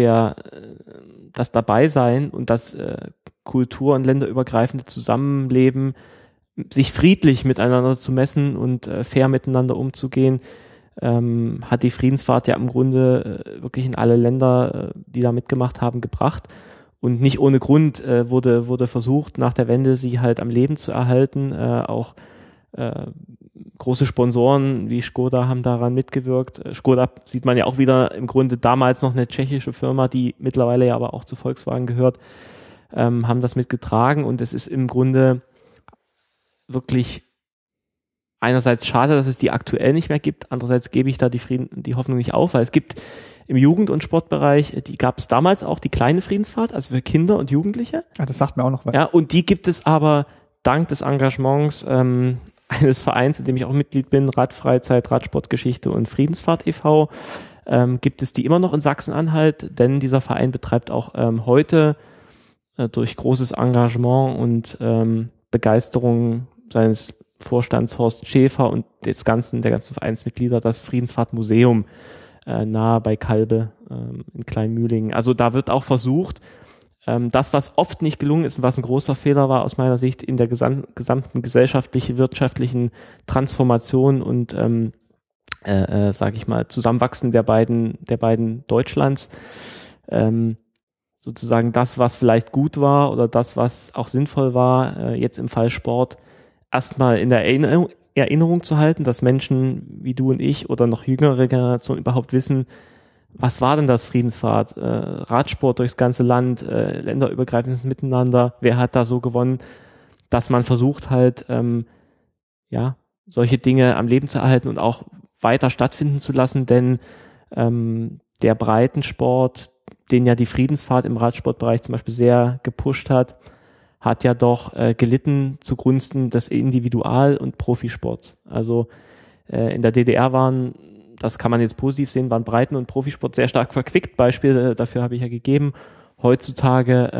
das Dabeisein und das Kultur- und länderübergreifende Zusammenleben, sich friedlich miteinander zu messen und fair miteinander umzugehen, hat die Friedensfahrt ja im Grunde wirklich in alle Länder, die da mitgemacht haben, gebracht. Und nicht ohne Grund wurde versucht, nach der Wende sie halt am Leben zu erhalten. Auch große Sponsoren wie Škoda haben daran mitgewirkt. Škoda sieht man ja auch wieder im Grunde damals noch eine tschechische Firma, die mittlerweile ja aber auch zu Volkswagen gehört, haben das mitgetragen. Und es ist im Grunde wirklich einerseits schade, dass es die aktuell nicht mehr gibt. Andererseits gebe ich da die Hoffnung nicht auf, weil es gibt im Jugend- und Sportbereich, die gab es damals auch, die kleine Friedensfahrt, also für Kinder und Jugendliche. Ah, das sagt mir auch noch was. Ja, und die gibt es aber dank des Engagements eines Vereins, in dem ich auch Mitglied bin, Radfreizeit, Radsportgeschichte und Friedensfahrt e.V., gibt es die immer noch in Sachsen-Anhalt, denn dieser Verein betreibt auch heute durch großes Engagement und Begeisterung seines Vorstands Horst Schäfer und der ganzen Vereinsmitglieder das Friedensfahrtmuseum nahe bei Kalbe in Kleinmühlingen. Also da wird auch versucht, das, was oft nicht gelungen ist und was ein großer Fehler war aus meiner Sicht in der gesamten wirtschaftlichen Transformation und sage ich mal, Zusammenwachsen der beiden Deutschlands, sozusagen das, was vielleicht gut war oder das, was auch sinnvoll war, jetzt im Fall Sport, erstmal in der Erinnerung zu halten, dass Menschen wie du und ich oder noch jüngere Generationen überhaupt wissen, was war denn das Friedensfahrt? Radsport durchs ganze Land, länderübergreifendes Miteinander, wer hat da so gewonnen, dass man versucht halt, solche Dinge am Leben zu erhalten und auch weiter stattfinden zu lassen, denn der Breitensport, den ja die Friedensfahrt im Radsportbereich zum Beispiel sehr gepusht hat ja doch gelitten zugunsten des Individual- und Profisports. Also in der DDR das kann man jetzt positiv sehen, waren Breiten- und Profisport sehr stark verquickt. Beispiele dafür habe ich ja gegeben. Heutzutage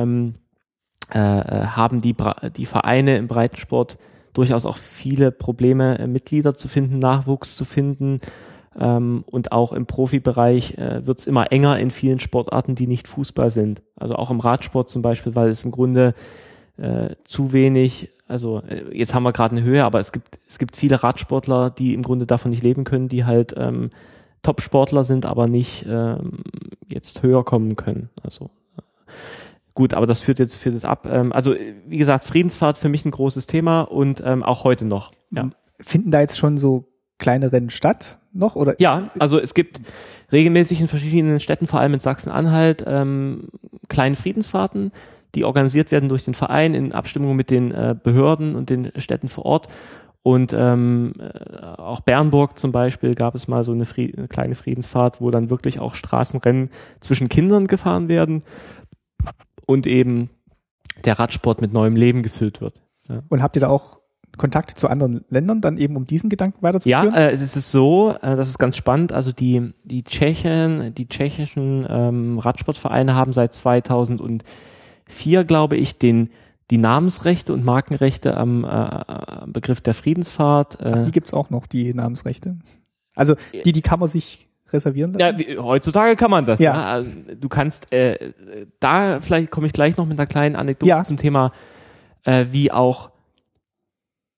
haben die Vereine im Breitensport durchaus auch viele Probleme, Mitglieder zu finden, Nachwuchs zu finden. Und auch im Profibereich wird es immer enger in vielen Sportarten, die nicht Fußball sind. Also auch im Radsport zum Beispiel, weil es im Grunde zu wenig, also jetzt haben wir gerade eine Höhe, aber es gibt viele Radsportler, die im Grunde davon nicht leben können, die halt Top-Sportler sind, aber nicht jetzt höher kommen können. Also gut, aber das führt jetzt ab. Also wie gesagt, Friedensfahrt für mich ein großes Thema und auch heute noch. Ja. Finden da jetzt schon so kleine Rennen statt noch? Oder? Ja, also es gibt regelmäßig in verschiedenen Städten, vor allem in Sachsen-Anhalt, kleine Friedensfahrten, die organisiert werden durch den Verein in Abstimmung mit den Behörden und den Städten vor Ort. Und auch Bernburg zum Beispiel gab es mal so eine kleine Friedensfahrt, wo dann wirklich auch Straßenrennen zwischen Kindern gefahren werden und eben der Radsport mit neuem Leben gefüllt wird. Ja. Und habt ihr da auch Kontakte zu anderen Ländern, dann eben um diesen Gedanken weiterzuführen? Ja, es ist so, das ist ganz spannend, also die tschechischen Radsportvereine haben seit 2004, glaube ich, die Namensrechte und Markenrechte am Begriff der Friedensfahrt. Ach, die gibt's auch noch, die Namensrechte. Also die kann man sich reservieren lassen? Ja, heutzutage kann man das. Ja. Ja. Also, du kannst, da vielleicht komme ich gleich noch mit einer kleinen Anekdote zum Thema, wie auch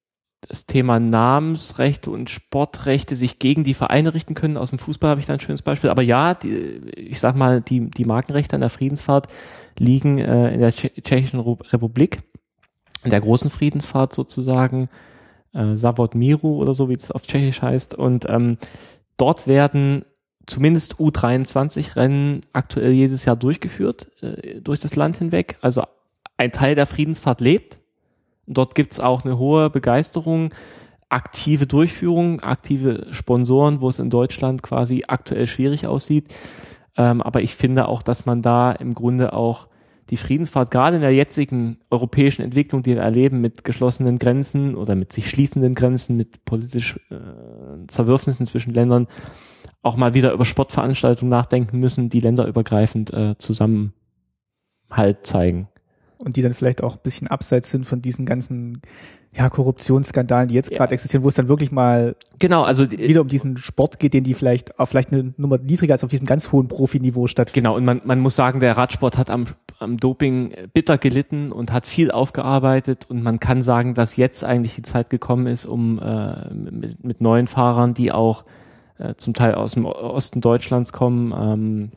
das Thema Namensrechte und Sportrechte sich gegen die Vereine richten können. Aus dem Fußball habe ich da ein schönes Beispiel. Aber ja, ich sag mal, die Markenrechte an der Friedensfahrt liegen in der Tschechischen Republik, in der großen Friedensfahrt sozusagen, Zavod Miru oder so, wie das auf Tschechisch heißt. Und dort werden zumindest U23-Rennen aktuell jedes Jahr durchgeführt, durch das Land hinweg. Also ein Teil der Friedensfahrt lebt. Dort gibt es auch eine hohe Begeisterung, aktive Durchführung, aktive Sponsoren, wo es in Deutschland quasi aktuell schwierig aussieht. Aber ich finde auch, dass man da im Grunde auch die Friedensfahrt, gerade in der jetzigen europäischen Entwicklung, die wir erleben, mit geschlossenen Grenzen oder mit sich schließenden Grenzen, mit politisch Zerwürfnissen zwischen Ländern, auch mal wieder über Sportveranstaltungen nachdenken müssen, die länderübergreifend Zusammenhalt zeigen. Und die dann vielleicht auch ein bisschen abseits sind von diesen ganzen Korruptionsskandalen, die jetzt gerade existieren, wo es dann wirklich mal wieder um diesen Sport geht, den die vielleicht eine Nummer niedriger als auf diesem ganz hohen Profiniveau stattfindet. Genau, und man muss sagen, der Radsport hat am Doping bitter gelitten und hat viel aufgearbeitet, und man kann sagen, dass jetzt eigentlich die Zeit gekommen ist, um mit neuen Fahrern, die auch zum Teil aus dem Osten Deutschlands kommen,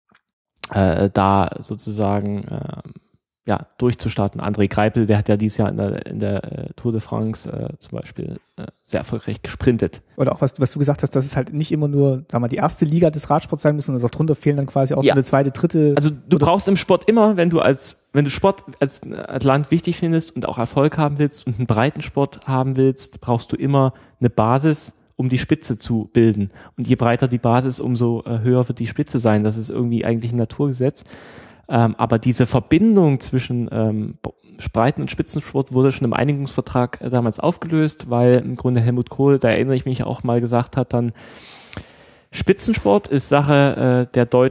da sozusagen durchzustarten. André Greipel, der hat ja dieses Jahr in der Tour de France zum Beispiel sehr erfolgreich gesprintet. Oder auch was du gesagt hast, dass es halt nicht immer nur, sagen wir mal, die erste Liga des Radsports sein muss, sondern auch drunter fehlen dann quasi auch eine zweite, dritte. Also du brauchst im Sport immer, wenn du Sport als Land wichtig findest und auch Erfolg haben willst und einen breiten Sport haben willst, brauchst du immer eine Basis, um die Spitze zu bilden. Und je breiter die Basis, umso höher wird die Spitze sein. Das ist irgendwie eigentlich ein Naturgesetz. Aber diese Verbindung zwischen Breiten- und Spitzensport wurde schon im Einigungsvertrag damals aufgelöst, weil im Grunde Helmut Kohl, da erinnere ich mich auch mal, gesagt hat dann, Spitzensport ist Sache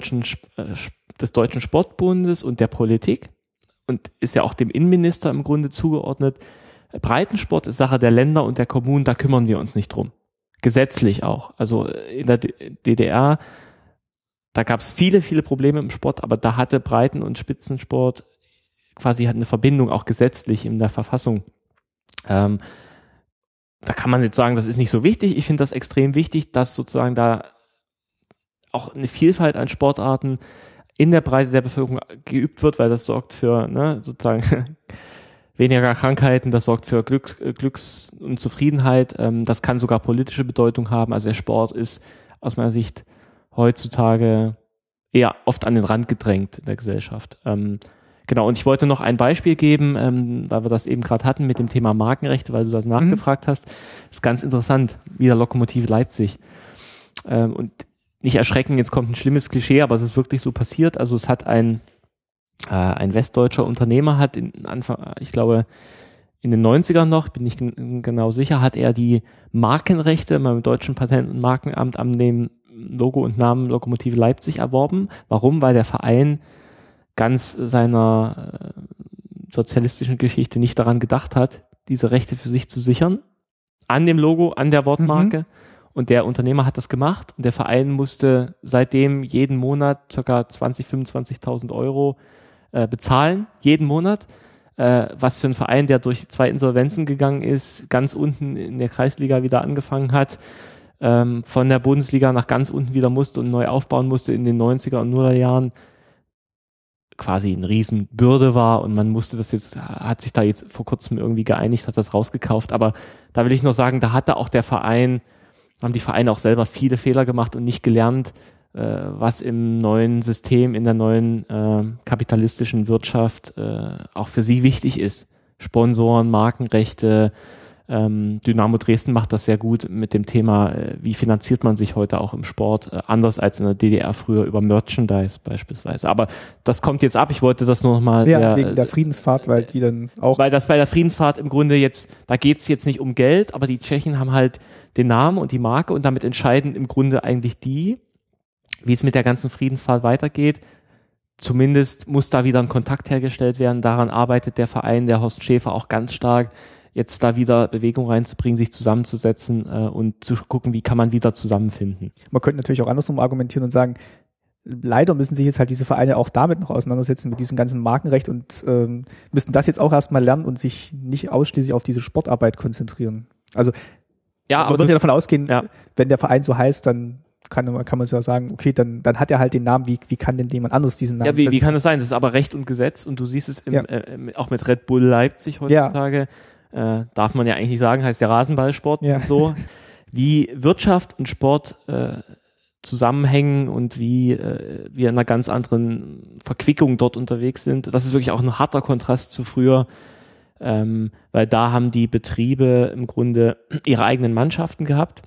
des Deutschen Sportbundes und der Politik und ist ja auch dem Innenminister im Grunde zugeordnet. Breitensport ist Sache der Länder und der Kommunen, da kümmern wir uns nicht drum. Gesetzlich auch. Also in der DDR, da gab es viele, viele Probleme im Sport, aber da hatte Breiten- und Spitzensport quasi eine Verbindung, auch gesetzlich in der Verfassung. Da kann man jetzt sagen, das ist nicht so wichtig. Ich finde das extrem wichtig, dass sozusagen da auch eine Vielfalt an Sportarten in der Breite der Bevölkerung geübt wird, weil das sorgt für sozusagen weniger Krankheiten, das sorgt für Glücks- und Zufriedenheit. Das kann sogar politische Bedeutung haben. Also der Sport ist aus meiner Sicht heutzutage eher oft an den Rand gedrängt in der Gesellschaft. Genau, und ich wollte noch ein Beispiel geben, weil wir das eben gerade hatten mit dem Thema Markenrechte, weil du das nachgefragt hast. Das ist ganz interessant, wieder Lokomotive Leipzig. Und nicht erschrecken, jetzt kommt ein schlimmes Klischee, aber es ist wirklich so passiert. Also es hat ein westdeutscher Unternehmer hat ich glaube, in den 90ern noch, bin ich genau sicher, hat er die Markenrechte beim Deutschen Patent- und Markenamt an dem Logo und Namen Lokomotive Leipzig erworben. Warum? Weil der Verein ganz seiner sozialistischen Geschichte nicht daran gedacht hat, diese Rechte für sich zu sichern. An dem Logo, an der Wortmarke. Und der Unternehmer hat das gemacht und der Verein musste seitdem jeden Monat ca. 20.000, 25.000 Euro bezahlen, jeden Monat. Was für ein Verein, der durch 2 Insolvenzen gegangen ist, ganz unten in der Kreisliga wieder angefangen hat, von der Bundesliga nach ganz unten wieder musste und neu aufbauen musste in den 90er und 0er Jahren, quasi eine Riesenbürde war, und man musste das jetzt, hat sich da jetzt vor kurzem irgendwie geeinigt, hat das rausgekauft. Aber da will ich noch sagen, da hatte auch haben die Vereine auch selber viele Fehler gemacht und nicht gelernt, was im neuen System, in der neuen kapitalistischen Wirtschaft auch für sie wichtig ist. Sponsoren, Markenrechte. Dynamo Dresden macht das sehr gut mit dem Thema, wie finanziert man sich heute auch im Sport, anders als in der DDR früher über Merchandise beispielsweise. Aber das kommt jetzt ab, ich wollte das nur noch mal. Ja, wegen der Friedensfahrt, weil die dann auch. Weil das bei der Friedensfahrt im Grunde jetzt, da geht es jetzt nicht um Geld, aber die Tschechen haben halt den Namen und die Marke und damit entscheiden im Grunde eigentlich wie es mit der ganzen Friedensfahrt weitergeht. Zumindest muss da wieder ein Kontakt hergestellt werden. Daran arbeitet der Verein, der Horst Schäfer, auch ganz stark, jetzt da wieder Bewegung reinzubringen, sich zusammenzusetzen und zu gucken, wie kann man wieder zusammenfinden. Man könnte natürlich auch andersrum argumentieren und sagen, leider müssen sich jetzt halt diese Vereine auch damit noch auseinandersetzen, mit diesem ganzen Markenrecht, und müssen das jetzt auch erstmal lernen und sich nicht ausschließlich auf diese Sportarbeit konzentrieren. Also Ja, man aber wird ja davon ausgehen, ja. wenn der Verein so heißt, dann kann man so sagen, okay, dann hat er halt den Namen, wie kann denn jemand anderes diesen Namen? Ja, wie kann das sein? Das ist aber Recht und Gesetz und du siehst es auch mit Red Bull Leipzig heutzutage, darf man ja eigentlich nicht sagen, heißt ja Rasenballsport und so, wie Wirtschaft und Sport zusammenhängen und wie wir in einer ganz anderen Verquickung dort unterwegs sind. Das ist wirklich auch ein harter Kontrast zu früher, weil da haben die Betriebe im Grunde ihre eigenen Mannschaften gehabt,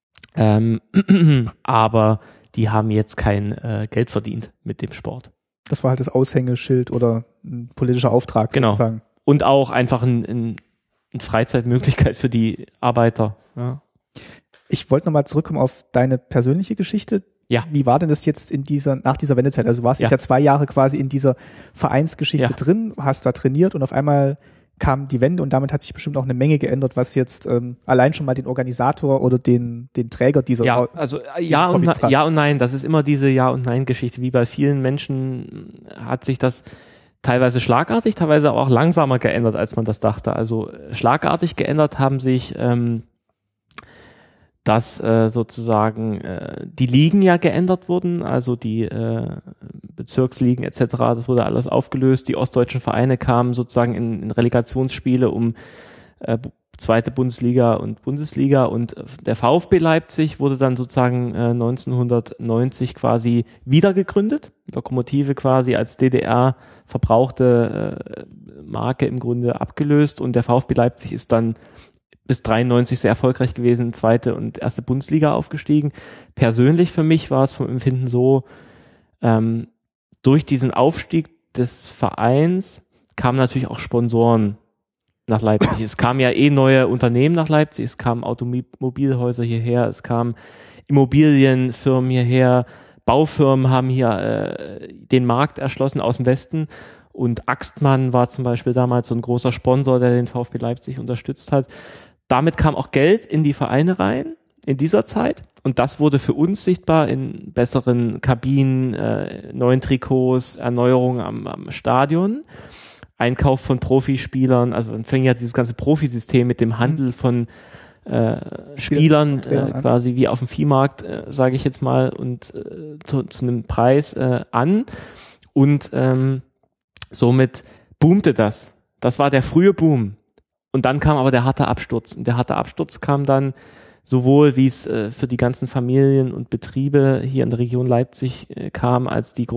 aber die haben jetzt kein Geld verdient mit dem Sport. Das war halt das Aushängeschild oder ein politischer Auftrag sozusagen. Und auch einfach eine Freizeitmöglichkeit für die Arbeiter. Ja. Ich wollte nochmal zurückkommen auf deine persönliche Geschichte. Ja. Wie war denn das jetzt nach dieser Wendezeit? Also du warst ja 2 Jahre quasi in dieser Vereinsgeschichte drin, hast da trainiert und auf einmal kam die Wende und damit hat sich bestimmt auch eine Menge geändert, was jetzt allein schon mal den Organisator oder den Träger dieser Ja, also ja und nein, das ist immer diese Ja- und Nein-Geschichte. Wie bei vielen Menschen hat sich das teilweise schlagartig, teilweise auch langsamer geändert, als man das dachte. Also schlagartig geändert haben sich dass sozusagen die Ligen ja geändert wurden, also die Bezirksligen etc., das wurde alles aufgelöst, die ostdeutschen Vereine kamen sozusagen in Relegationsspiele um zweite Bundesliga und Bundesliga und der VfB Leipzig wurde dann sozusagen 1990 quasi wieder gegründet, Lokomotive quasi als DDR verbrauchte Marke im Grunde abgelöst und der VfB Leipzig ist dann bis 93 sehr erfolgreich gewesen, zweite und erste Bundesliga aufgestiegen. Persönlich für mich war es vom Empfinden so, durch diesen Aufstieg des Vereins kamen natürlich auch Sponsoren nach Leipzig. Es kamen ja neue Unternehmen nach Leipzig, es kamen Automobilhäuser hierher, es kamen Immobilienfirmen hierher, Baufirmen haben hier den Markt erschlossen aus dem Westen und Axtmann war zum Beispiel damals so ein großer Sponsor, der den VfB Leipzig unterstützt hat. Damit kam auch Geld in die Vereine rein, in dieser Zeit. Und das wurde für uns sichtbar in besseren Kabinen, neuen Trikots, Erneuerungen am Stadion, Einkauf von Profispielern. Also dann fing ja dieses ganze Profisystem mit dem Handel von Spielern quasi wie auf dem Viehmarkt, sage ich jetzt mal, und zu einem Preis an. Und somit boomte das. Das war der frühe Boom. Und dann kam aber der harte Absturz. Und der harte Absturz kam dann sowohl, wie es für die ganzen Familien und Betriebe hier in der Region Leipzig kam, als die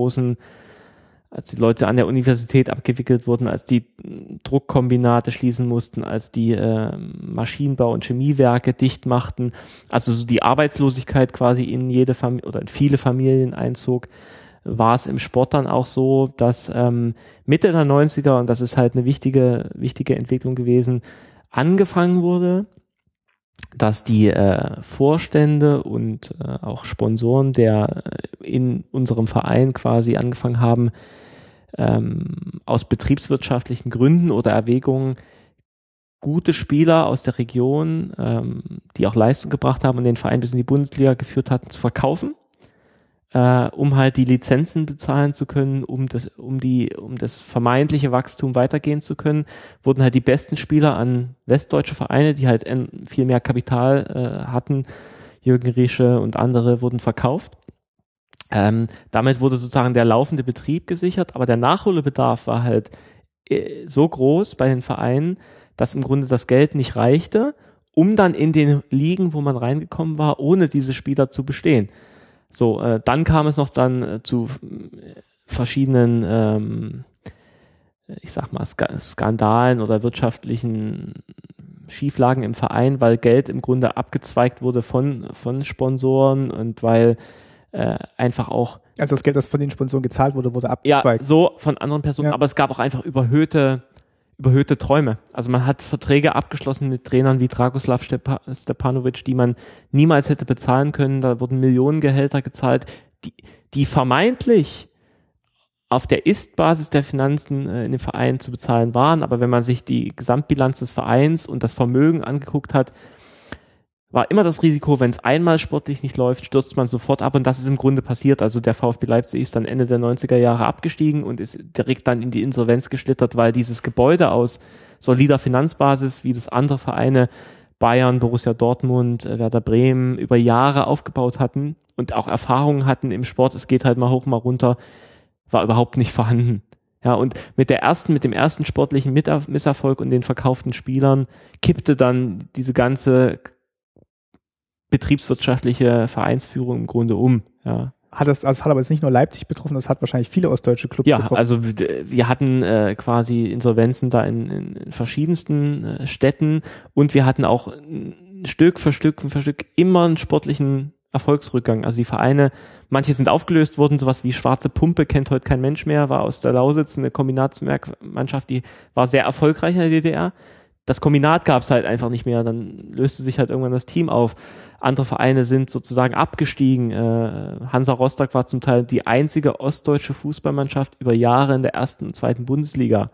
Leute an der Universität abgewickelt wurden, als die Druckkombinate schließen mussten, als die Maschinenbau- und Chemiewerke dicht machten, also so die Arbeitslosigkeit quasi in jede Familie oder in viele Familien einzog, war es im Sport dann auch so, dass Mitte der 90er, und das ist halt eine wichtige Entwicklung gewesen, angefangen wurde, dass die Vorstände und auch Sponsoren, der in unserem Verein quasi angefangen haben, aus betriebswirtschaftlichen Gründen oder Erwägungen gute Spieler aus der Region, die auch Leistung gebracht haben und den Verein bis in die Bundesliga geführt hatten, zu verkaufen, um halt die Lizenzen bezahlen zu können, um das vermeintliche Wachstum weitergehen zu können, wurden halt die besten Spieler an westdeutsche Vereine, die halt viel mehr Kapital hatten, Jürgen Riesche und andere, wurden verkauft. Damit wurde sozusagen der laufende Betrieb gesichert, aber der Nachholbedarf war halt so groß bei den Vereinen, dass im Grunde das Geld nicht reichte, um dann in den Ligen, wo man reingekommen war, ohne diese Spieler zu bestehen. So, dann kam es noch dann zu verschiedenen, ich sag mal, Skandalen oder wirtschaftlichen Schieflagen im Verein, weil Geld im Grunde abgezweigt wurde von Sponsoren und weil einfach auch... Also das Geld, das von den Sponsoren gezahlt wurde, wurde abgezweigt. Ja, so von anderen Personen, aber es gab auch einfach überhöhte Träume. Also man hat Verträge abgeschlossen mit Trainern wie Dragoslav Stepanovic, die man niemals hätte bezahlen können. Da wurden Millionengehälter gezahlt, die vermeintlich auf der Ist-Basis der Finanzen in dem Verein zu bezahlen waren. Aber wenn man sich die Gesamtbilanz des Vereins und das Vermögen angeguckt hat, war immer das Risiko, wenn es einmal sportlich nicht läuft, stürzt man sofort ab und das ist im Grunde passiert. Also der VfB Leipzig ist dann Ende der 90er Jahre abgestiegen und ist direkt dann in die Insolvenz geschlittert, weil dieses Gebäude aus solider Finanzbasis, wie das andere Vereine Bayern, Borussia Dortmund, Werder Bremen über Jahre aufgebaut hatten und auch Erfahrungen hatten im Sport, es geht halt mal hoch, mal runter, war überhaupt nicht vorhanden. Ja, und mit dem ersten sportlichen Misserfolg und den verkauften Spielern kippte dann diese ganze betriebswirtschaftliche Vereinsführung im Grunde um. Ja. Das hat aber jetzt nicht nur Leipzig betroffen, das hat wahrscheinlich viele ostdeutsche Clubs betroffen. Ja, also wir hatten quasi Insolvenzen da in verschiedensten Städten und wir hatten auch Stück für Stück immer einen sportlichen Erfolgsrückgang. Also die Vereine, manche sind aufgelöst worden, sowas wie Schwarze Pumpe kennt heute kein Mensch mehr, war aus der Lausitz eine Kombinatsmannschaft, die war sehr erfolgreich in der DDR. Das Kombinat gab es halt einfach nicht mehr, dann löste sich halt irgendwann das Team auf. Andere Vereine sind sozusagen abgestiegen. Hansa Rostock war zum Teil die einzige ostdeutsche Fußballmannschaft über Jahre in der ersten und zweiten Bundesliga.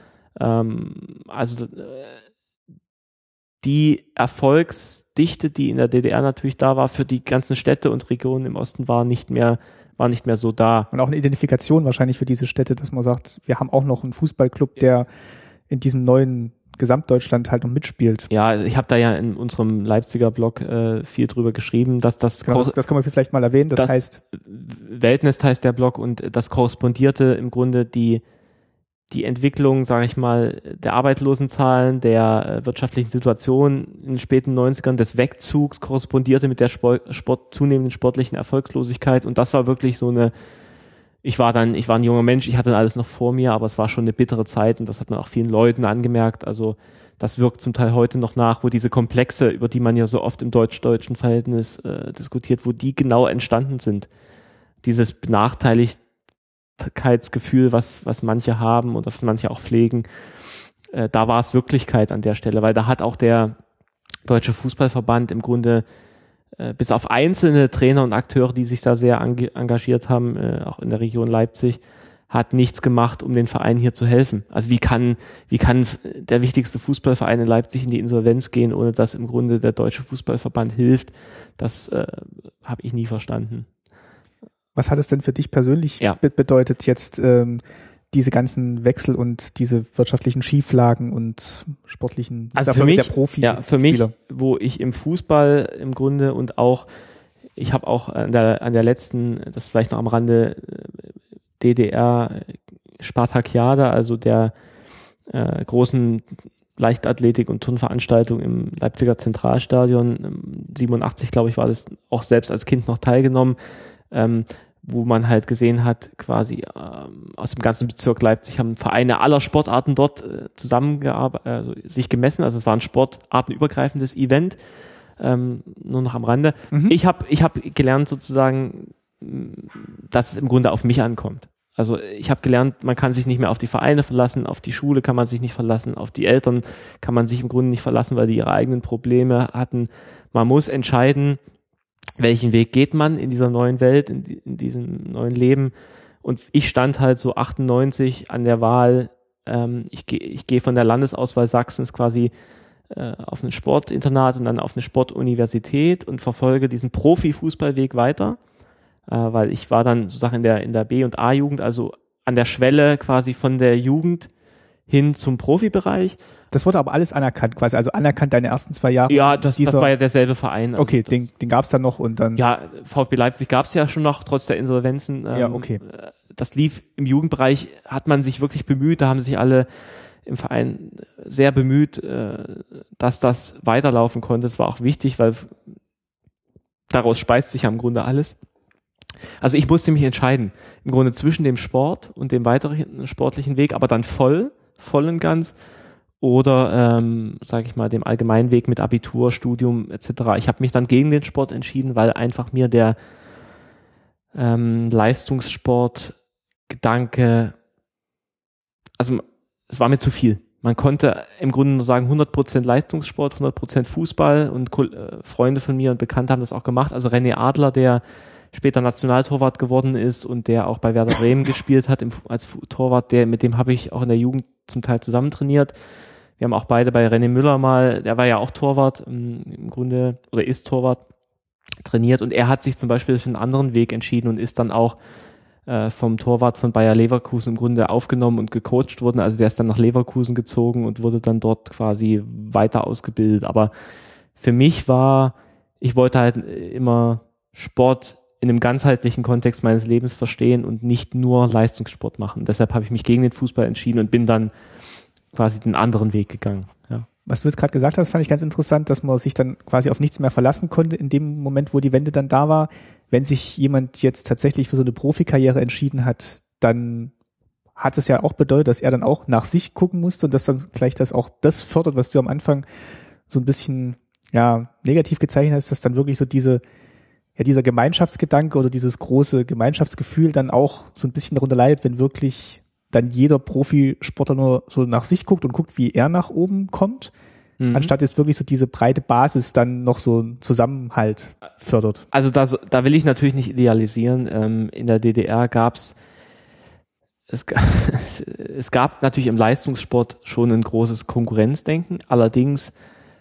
Die Erfolgsdichte, die in der DDR natürlich da war, für die ganzen Städte und Regionen im Osten war nicht mehr so da. Und auch eine Identifikation wahrscheinlich für diese Städte, dass man sagt, wir haben auch noch einen Fußballclub, der in diesem neuen Gesamtdeutschland halt noch mitspielt. Ja, ich habe da ja in unserem Leipziger Blog viel drüber geschrieben, dass das kann man vielleicht mal erwähnen, das heißt Weltnest heißt der Blog und das korrespondierte im Grunde die Entwicklung, sage ich mal, der Arbeitslosenzahlen, der wirtschaftlichen Situation in den späten 90ern, des Wegzugs korrespondierte mit der zunehmenden sportlichen Erfolgslosigkeit und das war wirklich so ich war ein junger Mensch, ich hatte dann alles noch vor mir, aber es war schon eine bittere Zeit und das hat man auch vielen Leuten angemerkt. Also das wirkt zum Teil heute noch nach, wo diese Komplexe, über die man ja so oft im deutsch-deutschen Verhältnis diskutiert, wo die genau entstanden sind. Dieses Benachteiligkeitsgefühl, was manche haben oder was manche auch pflegen, da war es Wirklichkeit an der Stelle, weil da hat auch der Deutsche Fußballverband im Grunde bis auf einzelne Trainer und Akteure, die sich da sehr engagiert haben, auch in der Region Leipzig, hat nichts gemacht, um den Verein hier zu helfen. Also wie kann der wichtigste Fußballverein in Leipzig in die Insolvenz gehen, ohne dass im Grunde der Deutsche Fußballverband hilft? Das habe ich nie verstanden. Was hat es denn für dich persönlich bedeutet, jetzt diese ganzen Wechsel und diese wirtschaftlichen Schieflagen und sportlichen, also für mich, der Profi. Ja, für mich, wo ich im Fußball im Grunde und auch, ich habe auch an der letzten, das vielleicht noch am Rande, DDR Spartakiade, also der großen Leichtathletik- und Turnveranstaltung im Leipziger Zentralstadion, 87, glaube ich, war das auch selbst als Kind noch teilgenommen, wo man halt gesehen hat, quasi aus dem ganzen Bezirk Leipzig haben Vereine aller Sportarten dort zusammengearbeitet, also sich gemessen. Also es war ein sportartenübergreifendes Event, nur noch am Rande. Mhm. Ich hab gelernt sozusagen, dass es im Grunde auf mich ankommt. Also ich habe gelernt, man kann sich nicht mehr auf die Vereine verlassen, auf die Schule kann man sich nicht verlassen, auf die Eltern kann man sich im Grunde nicht verlassen, weil die ihre eigenen Probleme hatten. Man muss entscheiden, welchen Weg geht man in dieser neuen Welt, in diesem neuen Leben. Und ich stand halt so 98 an der Wahl, ich gehe von der Landesauswahl Sachsens quasi auf ein Sportinternat und dann auf eine Sportuniversität und verfolge diesen Profifußballweg weiter, weil ich war dann sozusagen in der B- und A-Jugend, also an der Schwelle quasi von der Jugend hin zum Profibereich. Das wurde aber alles anerkannt quasi, also anerkannt deine ersten 2 Jahre. Ja, das war ja derselbe Verein. Also okay, den gab es dann noch und dann... Ja, VfB Leipzig gab es ja schon noch, trotz der Insolvenzen. Ja, okay. Das lief im Jugendbereich, hat man sich wirklich bemüht, da haben sich alle im Verein sehr bemüht, dass das weiterlaufen konnte. Das war auch wichtig, weil daraus speist sich ja im Grunde alles. Also ich musste mich entscheiden, im Grunde zwischen dem Sport und dem weiteren sportlichen Weg, aber dann voll und ganz, oder, sage ich mal, dem Allgemeinweg mit Abitur, Studium etc. Ich habe mich dann gegen den Sport entschieden, weil einfach mir der Leistungssportgedanke, also es war mir zu viel. Man konnte im Grunde nur sagen 100% Leistungssport, 100% Fußball und Freunde von mir und Bekannte haben das auch gemacht. Also René Adler, der später Nationaltorwart geworden ist und der auch bei Werder Bremen gespielt hat als Torwart, mit dem habe ich auch in der Jugend zum Teil zusammen trainiert. Wir haben auch beide bei René Müller mal, der war ja auch Torwart im Grunde, oder ist Torwart, trainiert und er hat sich zum Beispiel für einen anderen Weg entschieden und ist dann auch vom Torwart von Bayer Leverkusen im Grunde aufgenommen und gecoacht worden. Also der ist dann nach Leverkusen gezogen und wurde dann dort quasi weiter ausgebildet. Aber für mich war, ich wollte halt immer Sport in einem ganzheitlichen Kontext meines Lebens verstehen und nicht nur Leistungssport machen. Deshalb habe ich mich gegen den Fußball entschieden und bin dann quasi den anderen Weg gegangen. Ja. Was du jetzt gerade gesagt hast, fand ich ganz interessant, dass man sich dann quasi auf nichts mehr verlassen konnte in dem Moment, wo die Wende dann da war. Wenn sich jemand jetzt tatsächlich für so eine Profikarriere entschieden hat, dann hat es ja auch bedeutet, dass er dann auch nach sich gucken musste und dass dann gleich das fördert, was du am Anfang so ein bisschen negativ gezeichnet hast, dass dann wirklich so dieser Gemeinschaftsgedanke oder dieses große Gemeinschaftsgefühl dann auch so ein bisschen darunter leidet, wenn wirklich dann jeder Profisportler nur so nach sich guckt und guckt, wie er nach oben kommt, anstatt jetzt wirklich so diese breite Basis dann noch so einen Zusammenhalt fördert. Also da will ich natürlich nicht idealisieren. In der DDR es gab natürlich im Leistungssport schon ein großes Konkurrenzdenken, allerdings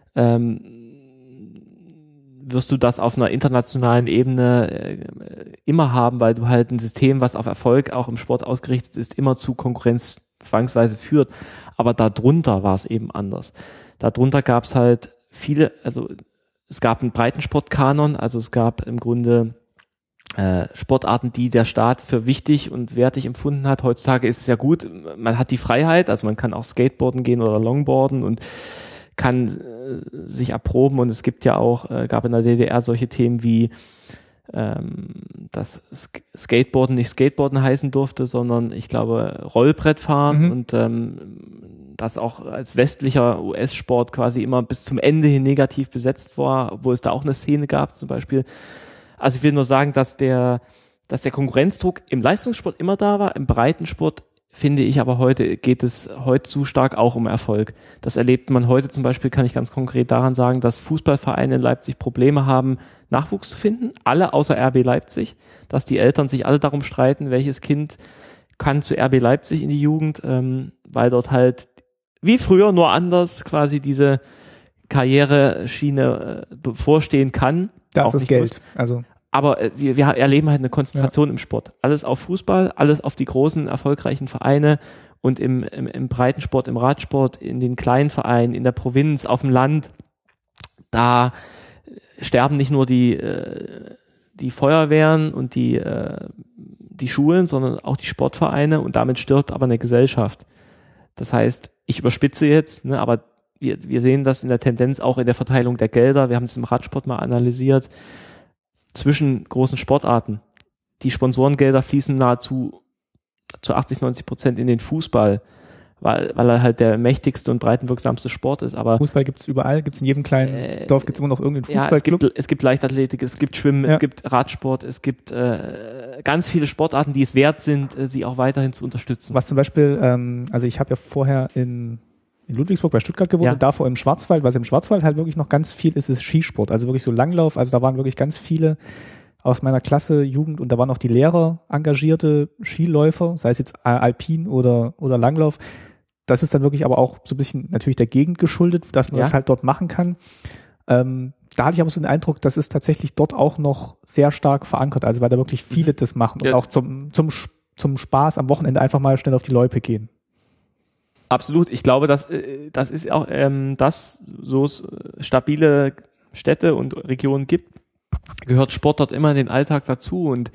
wirst du das auf einer internationalen Ebene immer haben, weil du halt ein System, was auf Erfolg auch im Sport ausgerichtet ist, immer zu Konkurrenz zwangsweise führt. Aber darunter war es eben anders. Darunter gab es halt es gab einen Breitensportkanon, also es gab im Grunde Sportarten, die der Staat für wichtig und wertig empfunden hat. Heutzutage ist es ja gut, man hat die Freiheit, also man kann auch Skateboarden gehen oder Longboarden und kann sich erproben, und es gibt ja auch, gab in der DDR solche Themen wie dass Skateboarden nicht Skateboarden heißen durfte, sondern ich glaube Rollbrettfahren und das auch als westlicher US-Sport quasi immer bis zum Ende hin negativ besetzt war, obwohl es da auch eine Szene gab zum Beispiel. Also ich will nur sagen, dass der Konkurrenzdruck im Leistungssport immer da war, im Breitensport finde ich aber geht es heute zu stark auch um Erfolg. Das erlebt man heute zum Beispiel, kann ich ganz konkret daran sagen, dass Fußballvereine in Leipzig Probleme haben, Nachwuchs zu finden, alle außer RB Leipzig, dass die Eltern sich alle darum streiten, welches Kind kann zu RB Leipzig in die Jugend, weil dort halt wie früher nur anders quasi diese Karriereschiene bevorstehen kann. Da ist das Geld. Aber wir erleben halt eine Konzentration im Sport. Alles auf Fußball, alles auf die großen, erfolgreichen Vereine, und im Breitensport, im Radsport, in den kleinen Vereinen, in der Provinz, auf dem Land, da sterben nicht nur die Feuerwehren und die Schulen, sondern auch die Sportvereine, und damit stirbt aber eine Gesellschaft. Das heißt, ich überspitze jetzt, aber wir sehen das in der Tendenz auch in der Verteilung der Gelder. Wir haben es im Radsport mal analysiert. Zwischen großen Sportarten. Die Sponsorengelder fließen nahezu zu 80-90% in den Fußball, weil er halt der mächtigste und breitenwirksamste Sport ist. Aber Fußball gibt es überall, gibt es in jedem kleinen Dorf, gibt es immer noch irgendeinen Fußballclub. Ja, es gibt Leichtathletik, es gibt Schwimmen, es gibt Radsport, es gibt ganz viele Sportarten, die es wert sind, sie auch weiterhin zu unterstützen. Was zum Beispiel, also ich habe ja vorher in Ludwigsburg bei Stuttgart gewohnt, und davor im Schwarzwald, was im Schwarzwald halt wirklich noch ganz viel ist Skisport, also wirklich so Langlauf, also da waren wirklich ganz viele aus meiner Klasse, Jugend, und da waren auch die Lehrer engagierte Skiläufer, sei es jetzt Alpin oder Langlauf. Das ist dann wirklich aber auch so ein bisschen natürlich der Gegend geschuldet, dass man das halt dort machen kann. Da hatte ich aber so den Eindruck, das ist tatsächlich dort auch noch sehr stark verankert, also weil da wirklich viele das machen und auch zum Spaß am Wochenende einfach mal schnell auf die Loipe gehen. Absolut. Ich glaube, das ist auch, dass so stabile Städte und Regionen gibt, gehört Sport dort immer in den Alltag dazu. Und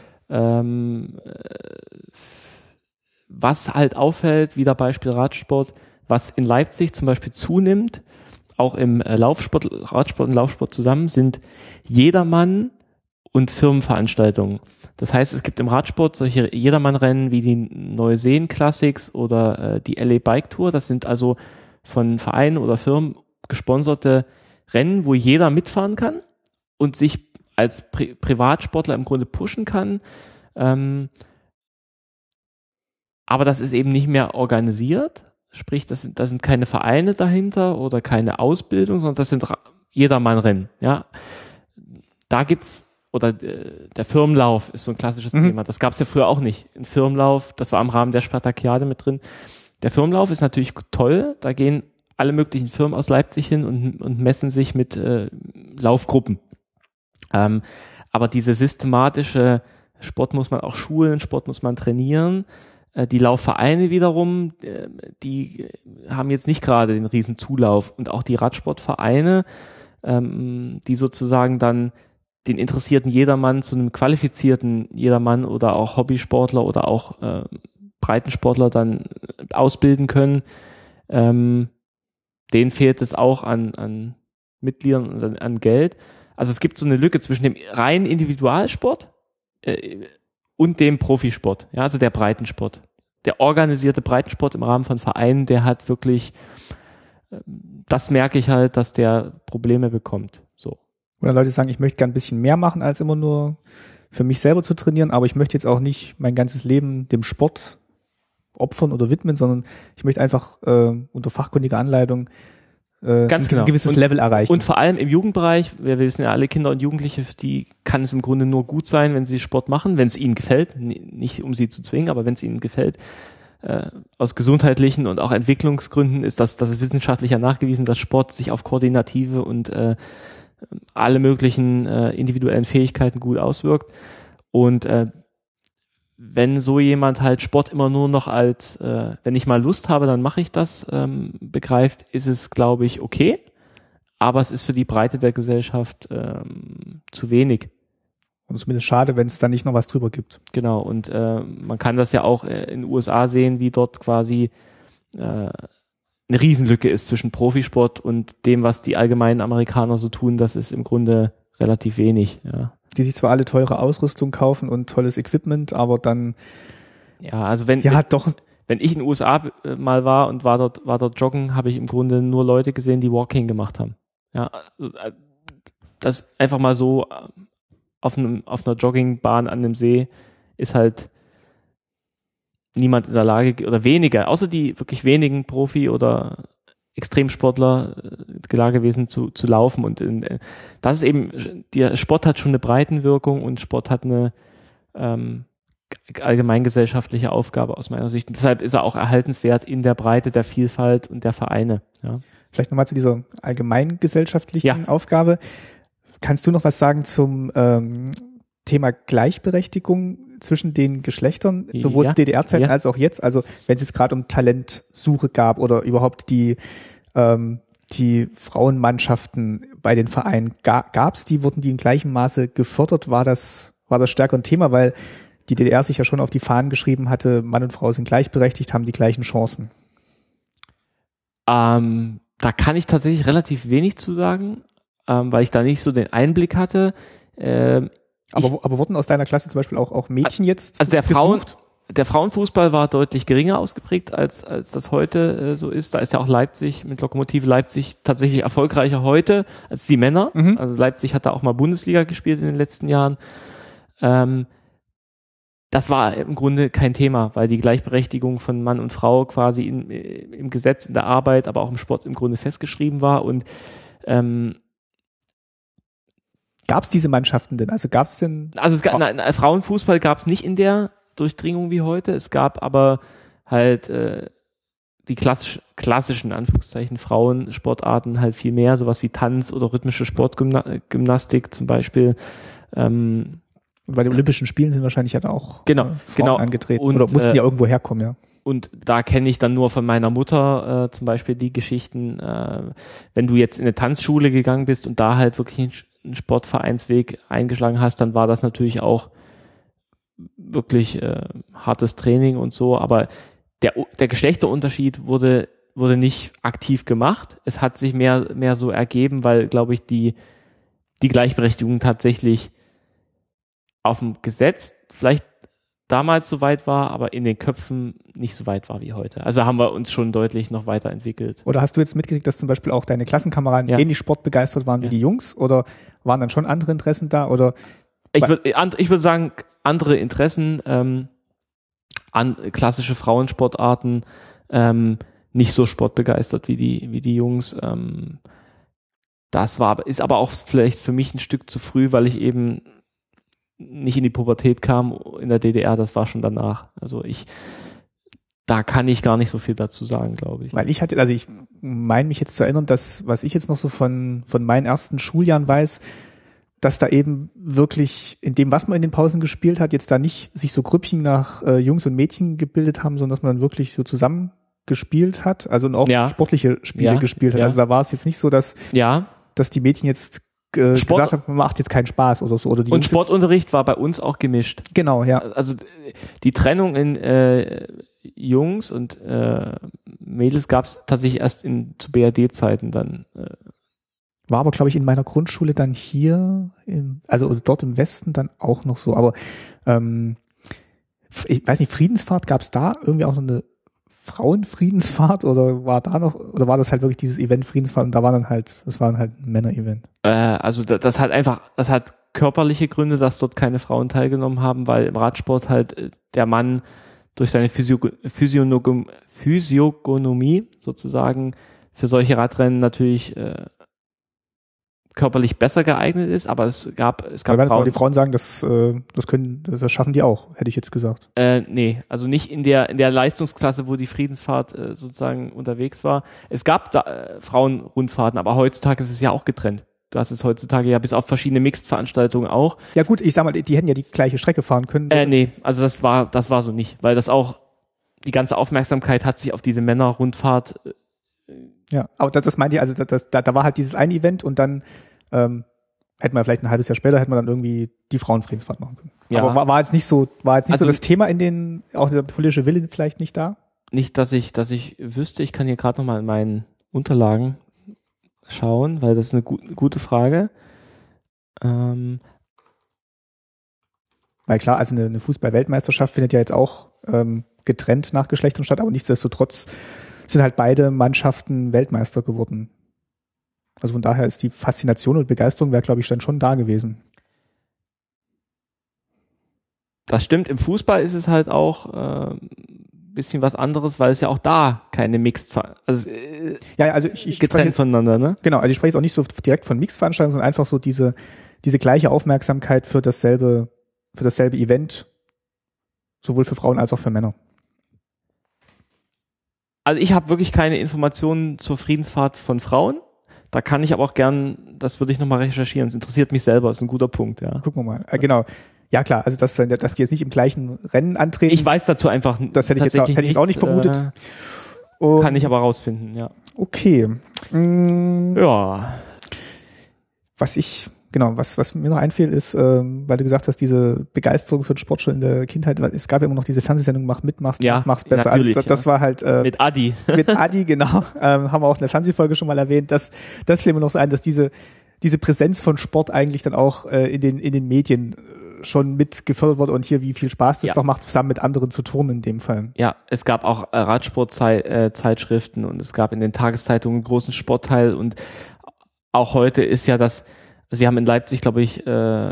was halt auffällt, wieder Beispiel Radsport, was in Leipzig zum Beispiel zunimmt, auch im Radsport und Laufsport zusammen, sind Jedermann und Firmenveranstaltungen. Das heißt, es gibt im Radsport solche Jedermann-Rennen wie die Neuseen Classics oder die LA Bike Tour. Das sind also von Vereinen oder Firmen gesponserte Rennen, wo jeder mitfahren kann und sich als Privatsportler im Grunde pushen kann. Aber das ist eben nicht mehr organisiert. Sprich, da sind keine Vereine dahinter oder keine Ausbildung, sondern das sind Jedermann-Rennen. Ja, da gibt's, oder der Firmenlauf ist so ein klassisches Thema. Das gab es ja früher auch nicht. Ein Firmenlauf, das war im Rahmen der Spartakiade mit drin. Der Firmenlauf ist natürlich toll. Da gehen alle möglichen Firmen aus Leipzig hin und messen sich mit Laufgruppen. Aber diese systematische Sport muss man auch schulen, Sport muss man trainieren. Die Laufvereine wiederum, die haben jetzt nicht gerade den riesen Zulauf. Und auch die Radsportvereine die sozusagen dann den interessierten Jedermann zu einem qualifizierten Jedermann oder auch Hobbysportler oder auch Breitensportler dann ausbilden können. Denen fehlt es auch an Mitgliedern und an Geld. Also es gibt so eine Lücke zwischen dem reinen Individualsport und dem Profisport, ja, also der Breitensport. Der organisierte Breitensport im Rahmen von Vereinen, der hat wirklich, das merke ich halt, dass der Probleme bekommt. So. Oder Leute sagen, ich möchte gerne ein bisschen mehr machen, als immer nur für mich selber zu trainieren, aber ich möchte jetzt auch nicht mein ganzes Leben dem Sport opfern oder widmen, sondern ich möchte einfach unter fachkundiger Anleitung Ganz genau. ein gewisses Level erreichen. Und vor allem im Jugendbereich, wir wissen ja alle, Kinder und Jugendliche, für die kann es im Grunde nur gut sein, wenn sie Sport machen, wenn es ihnen gefällt, nicht um sie zu zwingen, aber wenn es ihnen gefällt. Aus gesundheitlichen und auch Entwicklungsgründen ist das ist wissenschaftlich ja nachgewiesen, dass Sport sich auf koordinative und alle möglichen individuellen Fähigkeiten gut auswirkt. Und wenn so jemand halt Sport immer nur noch als, wenn ich mal Lust habe, dann mache ich das, begreift, ist es, glaube ich, okay. Aber es ist für die Breite der Gesellschaft zu wenig. Und zumindest schade, wenn es da nicht noch was drüber gibt. Genau, und man kann das ja auch in den USA sehen, wie dort quasi eine Riesenlücke ist zwischen Profisport und dem, was die allgemeinen Amerikaner so tun. Das ist im Grunde relativ wenig, ja. Die sich zwar alle teure Ausrüstung kaufen und tolles Equipment, aber dann ja, also wenn ich in den USA mal war und war dort joggen, habe ich im Grunde nur Leute gesehen, die Walking gemacht haben. Ja, also, das einfach mal so auf einer Joggingbahn an einem See ist halt niemand in der Lage oder weniger, außer die wirklich wenigen Profi- oder Extremsportler in der Lage gewesen zu laufen, und das ist eben, der Sport hat schon eine Breitenwirkung und Sport hat eine allgemeingesellschaftliche Aufgabe aus meiner Sicht. Und deshalb ist er auch erhaltenswert in der Breite der Vielfalt und der Vereine. Ja. Vielleicht nochmal zu dieser allgemeingesellschaftlichen Aufgabe. Kannst du noch was sagen zum Thema Gleichberechtigung zwischen den Geschlechtern, sowohl zu DDR-Zeiten als auch jetzt? Also wenn es jetzt gerade um Talentsuche gab oder überhaupt die Frauenmannschaften bei den Vereinen, wurden die in gleichem Maße gefördert? War das stärker ein Thema, weil die DDR sich ja schon auf die Fahnen geschrieben hatte, Mann und Frau sind gleichberechtigt, haben die gleichen Chancen? Da kann ich tatsächlich relativ wenig zu sagen, weil ich da nicht so den Einblick hatte. Aber wurden aus deiner Klasse zum Beispiel auch Mädchen jetzt also der Frauenfußball war deutlich geringer ausgeprägt, als das heute so ist. Da ist ja auch Leipzig mit Lokomotive Leipzig tatsächlich erfolgreicher heute als die Männer. Mhm. Also Leipzig hat da auch mal Bundesliga gespielt in den letzten Jahren. Das war im Grunde kein Thema, weil die Gleichberechtigung von Mann und Frau quasi im Gesetz, in der Arbeit, aber auch im Sport im Grunde festgeschrieben war. Und gab es diese Mannschaften denn? Also gab es denn? Also Frauenfußball gab es nicht in der Durchdringung wie heute. Es gab aber halt die klassischen Anführungszeichen Frauensportarten halt viel mehr, sowas wie Tanz oder rhythmische Sportgymnastik zum Beispiel. Bei den Olympischen Spielen sind wahrscheinlich halt auch Frauen angetreten oder mussten ja irgendwo herkommen, ja. Und da kenne ich dann nur von meiner Mutter zum Beispiel die Geschichten, wenn du jetzt in eine Tanzschule gegangen bist und da halt wirklich einen Sportvereinsweg eingeschlagen hast, dann war das natürlich auch wirklich hartes Training und so, aber der Geschlechterunterschied wurde nicht aktiv gemacht. Es hat sich mehr so ergeben, weil, glaube ich, die Gleichberechtigung tatsächlich auf dem Gesetz vielleicht damals so weit war, aber in den Köpfen nicht so weit war wie heute. Also haben wir uns schon deutlich noch weiterentwickelt. Oder hast du jetzt mitgekriegt, dass zum Beispiel auch deine Klassenkameraden ähnlich sportbegeistert waren wie die Jungs? Oder waren dann schon andere Interessen da? Oder ich würde sagen, andere Interessen, klassische Frauensportarten, nicht so sportbegeistert wie die Jungs. Ist aber auch vielleicht für mich ein Stück zu früh, weil ich eben nicht in die Pubertät kam in der DDR, das war schon danach. Also da kann ich gar nicht so viel dazu sagen, glaube ich. Weil ich meine mich jetzt zu erinnern, dass, was ich jetzt noch so von meinen ersten Schuljahren weiß, dass da eben wirklich in dem, was man in den Pausen gespielt hat, jetzt da nicht sich so Grüppchen nach Jungs und Mädchen gebildet haben, sondern dass man dann wirklich so zusammen gespielt hat, also auch sportliche Spiele gespielt hat. Also da war es jetzt nicht so, dass dass die Mädchen jetzt gesagt haben, macht jetzt keinen Spaß oder so. Oder die und Sportunterricht war bei uns auch gemischt. Genau, ja. Also die Trennung in Jungs und Mädels gab es tatsächlich erst zu BRD-Zeiten dann. War aber, glaube ich, in meiner Grundschule dann hier, also dort im Westen dann auch noch so. Aber ich weiß nicht, Friedensfahrt, gab es da irgendwie auch so eine Frauenfriedensfahrt oder war das halt wirklich dieses Event Friedensfahrt und das war dann halt ein Männer-Event? Also das hat körperliche Gründe, dass dort keine Frauen teilgenommen haben, weil im Radsport halt der Mann durch seine Physiognomie sozusagen für solche Radrennen natürlich körperlich besser geeignet ist, aber es gab Frauen. Die Frauen sagen, das schaffen die auch, hätte ich jetzt gesagt. Nee, also nicht in der Leistungsklasse, wo die Friedensfahrt sozusagen unterwegs war. Es gab da Frauenrundfahrten, aber heutzutage ist es ja auch getrennt. Du hast es heutzutage ja bis auf verschiedene Mixed-Veranstaltungen auch. Ja gut, ich sag mal, die hätten ja die gleiche Strecke fahren können. Nee, also das war so nicht, weil das auch, die ganze Aufmerksamkeit hat sich auf diese Männerrundfahrt ja, aber das meinte ich, also da war halt dieses eine Event und dann hätten wir vielleicht ein halbes Jahr später dann irgendwie die Frauenfriedensfahrt machen können. Ja. Aber war jetzt nicht so das Thema auch der politische Wille vielleicht nicht da? Nicht, dass ich wüsste, ich kann hier gerade nochmal in meinen Unterlagen schauen, weil das ist eine gute Frage. Weil klar, also eine Fußball-Weltmeisterschaft findet ja jetzt auch getrennt nach Geschlechtern statt, aber nichtsdestotrotz sind halt beide Mannschaften Weltmeister geworden. Also von daher ist die Faszination und Begeisterung, wäre, glaube ich, dann schon da gewesen. Das stimmt, im Fußball ist es halt auch ein bisschen was anderes, weil es ja auch da keine ich getrennt voneinander, ne? Genau, also ich spreche jetzt auch nicht so direkt von Mixed-Veranstaltungen, sondern einfach so diese gleiche Aufmerksamkeit für dasselbe Event, sowohl für Frauen als auch für Männer. Also ich habe wirklich keine Informationen zur Friedensfahrt von Frauen. Da kann ich aber auch gern, das würde ich nochmal recherchieren. Das interessiert mich selber, das ist ein guter Punkt, ja. Gucken wir mal. Genau. Ja klar, also dass die jetzt nicht im gleichen Rennen antreten. Ich weiß dazu einfach. Das hätte ich jetzt auch nicht vermutet. Kann ich aber rausfinden, ja. Okay. Ja. Was mir noch einfiel ist, weil du gesagt hast, diese Begeisterung für den Sport schon in der Kindheit, es gab ja immer noch diese Fernsehsendung Mach's besser. Also das war halt mit Adi. Mit Adi, genau. Haben wir auch in der Fernsehfolge schon mal erwähnt. Das fiel mir noch so ein, dass diese Präsenz von Sport eigentlich dann auch in den Medien schon mit gefördert wurde und hier wie viel Spaß das doch macht, zusammen mit anderen zu turnen in dem Fall. Ja, es gab auch Radsportzeitschriften und es gab in den Tageszeitungen einen großen Sportteil und auch heute ist ja das. Also wir haben in Leipzig, glaube ich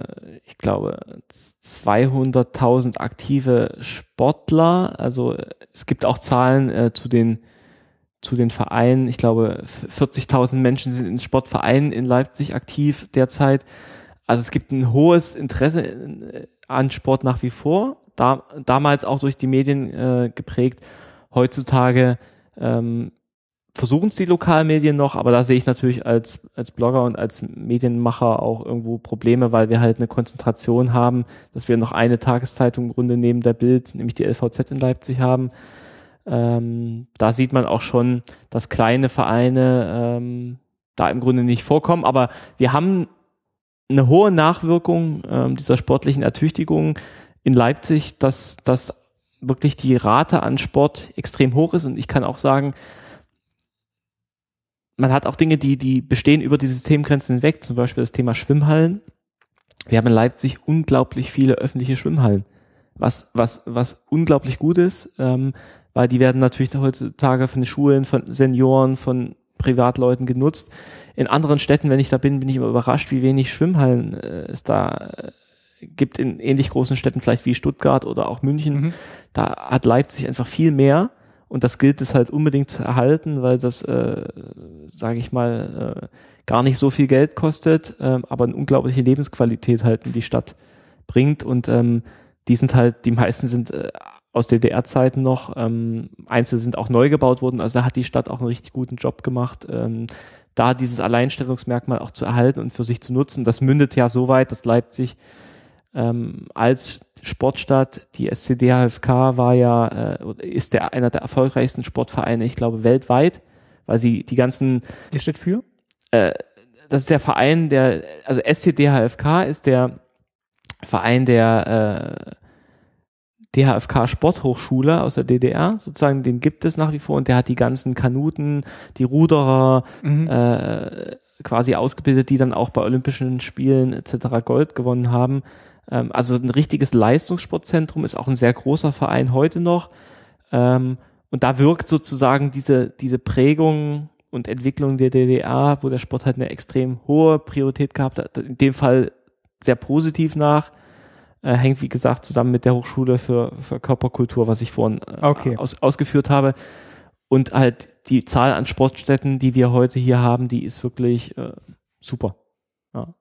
200.000 aktive Sportler. Also es gibt auch Zahlen zu den Vereinen. Ich glaube 40.000 Menschen sind in Sportvereinen in Leipzig aktiv derzeit. Also es gibt ein hohes Interesse an Sport nach wie vor. Damals auch durch die Medien geprägt. Heutzutage versuchen es die Lokalmedien noch, aber da sehe ich natürlich als Blogger und als Medienmacher auch irgendwo Probleme, weil wir halt eine Konzentration haben, dass wir noch eine Tageszeitung im Grunde neben der Bild, nämlich die LVZ in Leipzig haben. Da sieht man auch schon, dass kleine Vereine da im Grunde nicht vorkommen, aber wir haben eine hohe Nachwirkung dieser sportlichen Ertüchtigung in Leipzig, dass wirklich die Rate an Sport extrem hoch ist und ich kann auch sagen, man hat auch Dinge, die bestehen über diese Themengrenzen hinweg, zum Beispiel das Thema Schwimmhallen. Wir haben in Leipzig unglaublich viele öffentliche Schwimmhallen, was unglaublich gut ist, weil die werden natürlich heutzutage von den Schulen, von Senioren, von Privatleuten genutzt. In anderen Städten, wenn ich da bin ich immer überrascht, wie wenig Schwimmhallen es da gibt in ähnlich großen Städten, vielleicht wie Stuttgart oder auch München. Mhm. Da hat Leipzig einfach viel mehr. Und das gilt es halt unbedingt zu erhalten, weil das, sage ich mal, gar nicht so viel Geld kostet, aber eine unglaubliche Lebensqualität halt in die Stadt bringt. Und die meisten sind aus DDR-Zeiten noch, einzelne sind auch neu gebaut worden, also da hat die Stadt auch einen richtig guten Job gemacht, da dieses Alleinstellungsmerkmal auch zu erhalten und für sich zu nutzen. Das mündet ja so weit, dass Leipzig als Sportstadt, die SCD-HFK ist einer der erfolgreichsten Sportvereine, ich glaube, weltweit, weil sie die ganzen... Die steht für? das ist der Verein, also SCDHFK ist der Verein der DHFK Sporthochschule aus der DDR, sozusagen, den gibt es nach wie vor und der hat die ganzen Kanuten, die Ruderer quasi ausgebildet, die dann auch bei Olympischen Spielen etc. Gold gewonnen haben. Also ein richtiges Leistungssportzentrum, ist auch ein sehr großer Verein heute noch. Und da wirkt sozusagen diese Prägung und Entwicklung der DDR, wo der Sport halt eine extrem hohe Priorität gehabt hat, in dem Fall sehr positiv nach. Hängt, wie gesagt, zusammen mit der Hochschule für Körperkultur, was ich vorhin ausgeführt habe. Und halt die Zahl an Sportstätten, die wir heute hier haben, die ist wirklich super. Ja.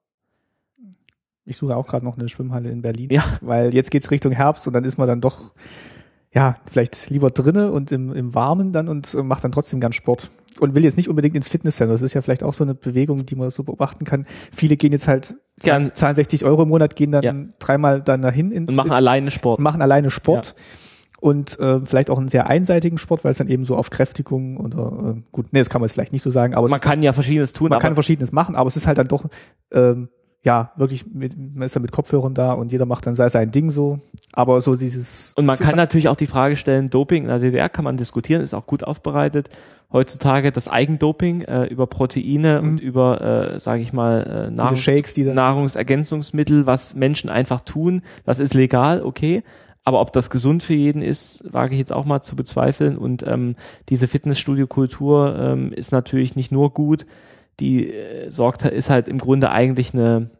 Ich suche auch gerade noch eine Schwimmhalle in Berlin, ja, weil jetzt geht's Richtung Herbst und dann ist man dann doch, ja, vielleicht lieber drinne und im Warmen dann und macht dann trotzdem gern Sport. Und will jetzt nicht unbedingt ins Fitnesscenter. Das ist ja vielleicht auch so eine Bewegung, die man so beobachten kann. Viele gehen jetzt halt, zahlen 60 € im Monat, gehen dann dreimal dann dahin und machen alleine Sport. Ja. Und vielleicht auch einen sehr einseitigen Sport, weil es dann eben so auf Kräftigung oder das kann man jetzt vielleicht nicht so sagen. Aber man kann ja Verschiedenes tun. Man kann Verschiedenes machen, aber es ist halt dann doch wirklich, man ist dann mit Kopfhörern da und jeder macht dann sein Ding so, aber so dieses... Und man kann natürlich auch die Frage stellen, Doping in der DDR kann man diskutieren, ist auch gut aufbereitet. Heutzutage das Eigendoping über Proteine und über, sage ich mal, Shakes, Nahrungsergänzungsmittel, was Menschen einfach tun, das ist legal, okay. Aber ob das gesund für jeden ist, wage ich jetzt auch mal zu bezweifeln. Und diese Fitnessstudio-Kultur ist natürlich nicht nur gut, die ist halt im Grunde eigentlich eine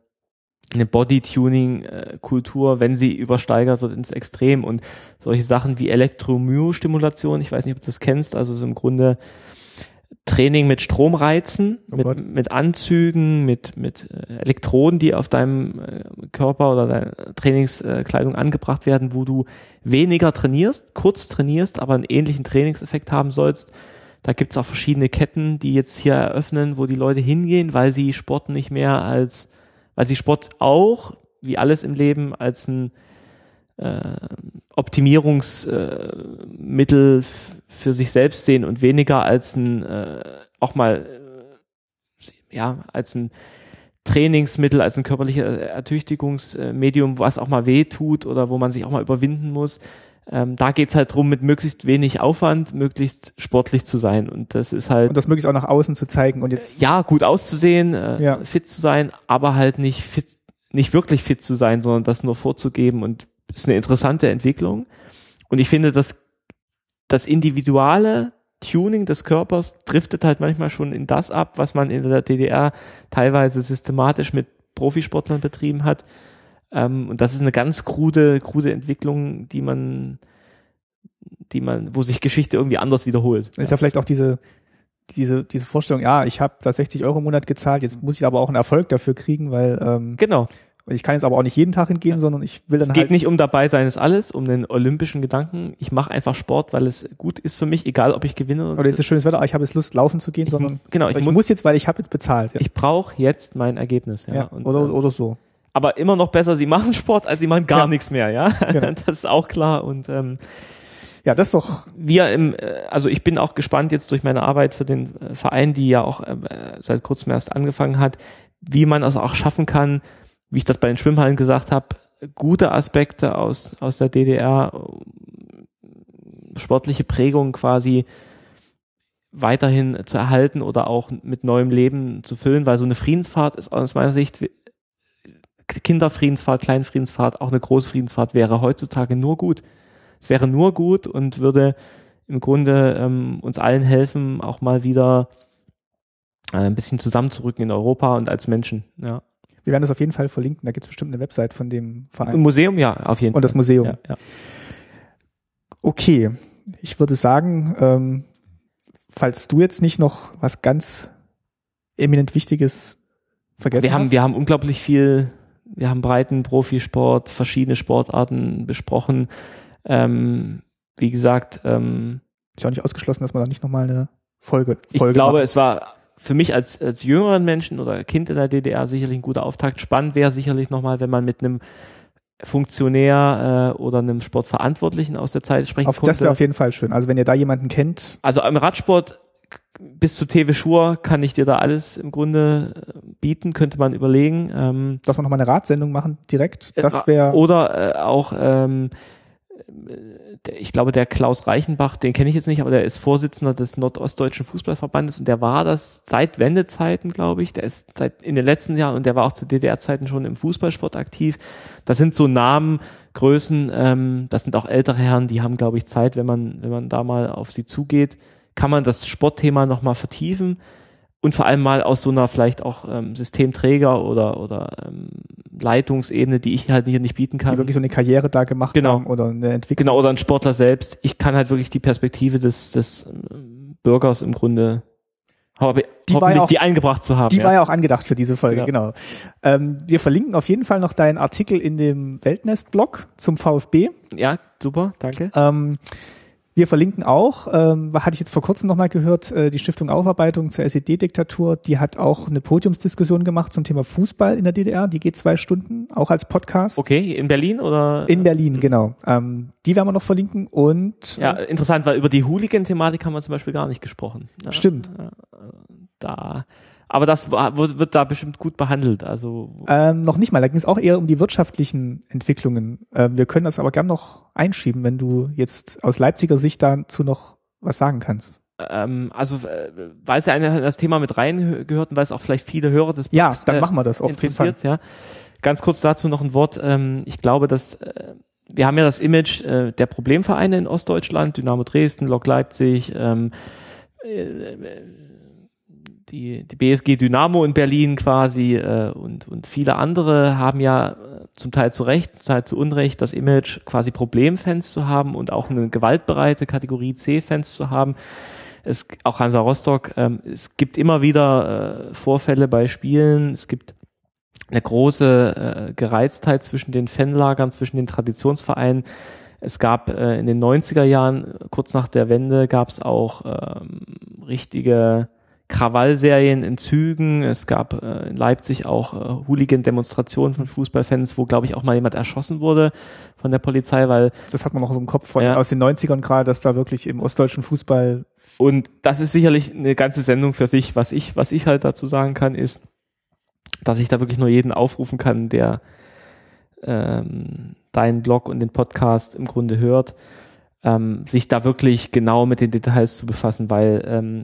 Body-Tuning-Kultur, wenn sie übersteigert wird ins Extrem. Und solche Sachen wie Elektromyostimulation, ich weiß nicht, ob du das kennst, also so im Grunde Training mit Stromreizen, mit Anzügen, mit Elektroden, die auf deinem Körper oder deiner Trainingskleidung angebracht werden, wo du weniger trainierst, kurz trainierst, aber einen ähnlichen Trainingseffekt haben sollst. Da gibt's auch verschiedene Ketten, die jetzt hier eröffnen, wo die Leute hingehen, weil sie Sport auch, wie alles im Leben, als ein Optimierungsmittel für sich selbst sehen und weniger als als ein Trainingsmittel, als ein körperliches Ertüchtigungsmedium, was auch mal weh tut oder wo man sich auch mal überwinden muss. Da geht's halt drum, mit möglichst wenig Aufwand, möglichst sportlich zu sein. Und das ist halt. Und das möglichst auch nach außen zu zeigen und jetzt. Gut auszusehen, fit zu sein, aber halt nicht wirklich fit zu sein, sondern das nur vorzugeben. Und ist eine interessante Entwicklung. Und ich finde, dass das individuelle Tuning des Körpers driftet halt manchmal schon in das ab, was man in der DDR teilweise systematisch mit Profisportlern betrieben hat. Und das ist eine ganz krude Entwicklung, wo sich Geschichte irgendwie anders wiederholt. Das ist ja vielleicht auch diese Vorstellung, ich habe da 60 € im Monat gezahlt, jetzt muss ich aber auch einen Erfolg dafür kriegen, weil genau. Ich kann jetzt aber auch nicht jeden Tag hingehen, sondern ich will dann Es geht nicht um dabei sein ist alles, um den olympischen Gedanken. Ich mache einfach Sport, weil es gut ist für mich, egal ob ich gewinne oder jetzt ist schönes Wetter, ich habe jetzt Lust, laufen zu gehen, sondern ich muss jetzt, weil ich habe jetzt bezahlt. Ja. Ich brauche jetzt mein Ergebnis. Oder so. Aber immer noch besser, sie machen Sport, als sie machen gar nichts mehr. Ja, genau. Das ist auch klar. Und das ist doch. Also ich bin auch gespannt jetzt durch meine Arbeit für den Verein, die ja auch seit kurzem erst angefangen hat, wie man es auch schaffen kann, wie ich das bei den Schwimmhallen gesagt habe, gute Aspekte aus der DDR, sportliche Prägung quasi weiterhin zu erhalten oder auch mit neuem Leben zu füllen, weil so eine Friedensfahrt ist aus meiner Sicht, Kinderfriedensfahrt, Kleinfriedensfahrt, auch eine Großfriedensfahrt wäre heutzutage nur gut. Es wäre nur gut und würde im Grunde uns allen helfen, auch mal wieder ein bisschen zusammenzurücken in Europa und als Menschen, ja. Wir werden das auf jeden Fall verlinken, da gibt es bestimmt eine Website von dem Verein. Im Museum, ja, auf jeden Fall. Und das Museum. Ja. Okay, ich würde sagen, falls du jetzt nicht noch was ganz eminent Wichtiges vergessen hast. Wir haben unglaublich viel, wir haben breiten Profisport, verschiedene Sportarten besprochen. Wie gesagt, ist ja auch nicht ausgeschlossen, dass man da nicht nochmal eine Folge ich glaube, es war für mich als jüngeren Menschen oder Kind in der DDR sicherlich ein guter Auftakt. Spannend wäre sicherlich nochmal, wenn man mit einem Funktionär oder einem Sportverantwortlichen aus der Zeit sprechen konnte. Das wäre auf jeden Fall schön. Also wenn ihr da jemanden kennt. Also im Radsport bis zu TV Schur kann ich dir da alles im Grunde bieten, könnte man überlegen. Dass wir nochmal eine Ratsendung machen direkt, das wäre... Oder auch, ich glaube, der Klaus Reichenbach, den kenne ich jetzt nicht, aber der ist Vorsitzender des Nordostdeutschen Fußballverbandes und der war das seit Wendezeiten, glaube ich. Der ist in den letzten Jahren und der war auch zu DDR-Zeiten schon im Fußballsport aktiv. Das sind so Namen, Größen, das sind auch ältere Herren, die haben, glaube ich, Zeit, wenn man da mal auf sie zugeht, kann man das Sportthema nochmal vertiefen und vor allem mal aus so einer vielleicht auch Systemträger oder Leitungsebene, die ich halt hier nicht bieten kann. Die wirklich so eine Karriere da gemacht haben oder eine Entwicklung. Genau, oder ein Sportler selbst. Ich kann halt wirklich die Perspektive des Bürgers im Grunde die eingebracht zu haben. Die war ja auch angedacht für diese Folge, genau. Wir verlinken auf jeden Fall noch deinen Artikel in dem Weltnest-Blog zum VfB. Ja, super, danke. Wir verlinken auch, hatte ich jetzt vor kurzem nochmal gehört, die Stiftung Aufarbeitung zur SED-Diktatur, die hat auch eine Podiumsdiskussion gemacht zum Thema Fußball in der DDR, die geht 2 Stunden, auch als Podcast. Okay, in Berlin oder? In Berlin, genau. Die werden wir noch verlinken und... Ja, interessant, weil über die Hooligan-Thematik haben wir zum Beispiel gar nicht gesprochen. Ja, stimmt. Aber das wird da bestimmt gut behandelt. Also noch nicht mal, da ging es auch eher um die wirtschaftlichen Entwicklungen. Wir können das aber gern noch einschieben, wenn du jetzt aus Leipziger Sicht dazu noch was sagen kannst. Weil es ja in das Thema mit reingehört und weil es auch vielleicht viele Hörer des Blogs dann machen wir das auf jeden Fall. Ja. Ganz kurz dazu noch ein Wort. Ich glaube, dass wir haben ja das Image der Problemvereine in Ostdeutschland, Dynamo Dresden, Lok Leipzig, die BSG Dynamo in Berlin quasi und viele andere haben ja zum Teil zu Recht, zum Teil zu Unrecht das Image, quasi Problemfans zu haben und auch eine gewaltbereite Kategorie C-Fans zu haben. Auch Hansa Rostock, es gibt immer wieder Vorfälle bei Spielen, es gibt eine große Gereiztheit zwischen den Fanlagern, zwischen den Traditionsvereinen. Es gab in den 90er Jahren, kurz nach der Wende, gab es auch richtige Krawallserien in Zügen. Es gab in Leipzig auch Hooligan-Demonstrationen von Fußballfans, wo, glaube ich, auch mal jemand erschossen wurde von der Polizei, weil... Das hat man noch so im Kopf aus den 90ern gerade, dass da wirklich im ostdeutschen Fußball... Und das ist sicherlich eine ganze Sendung für sich. Was ich halt dazu sagen kann, ist, dass ich da wirklich nur jeden aufrufen kann, der deinen Blog und den Podcast im Grunde hört, sich da wirklich genau mit den Details zu befassen, weil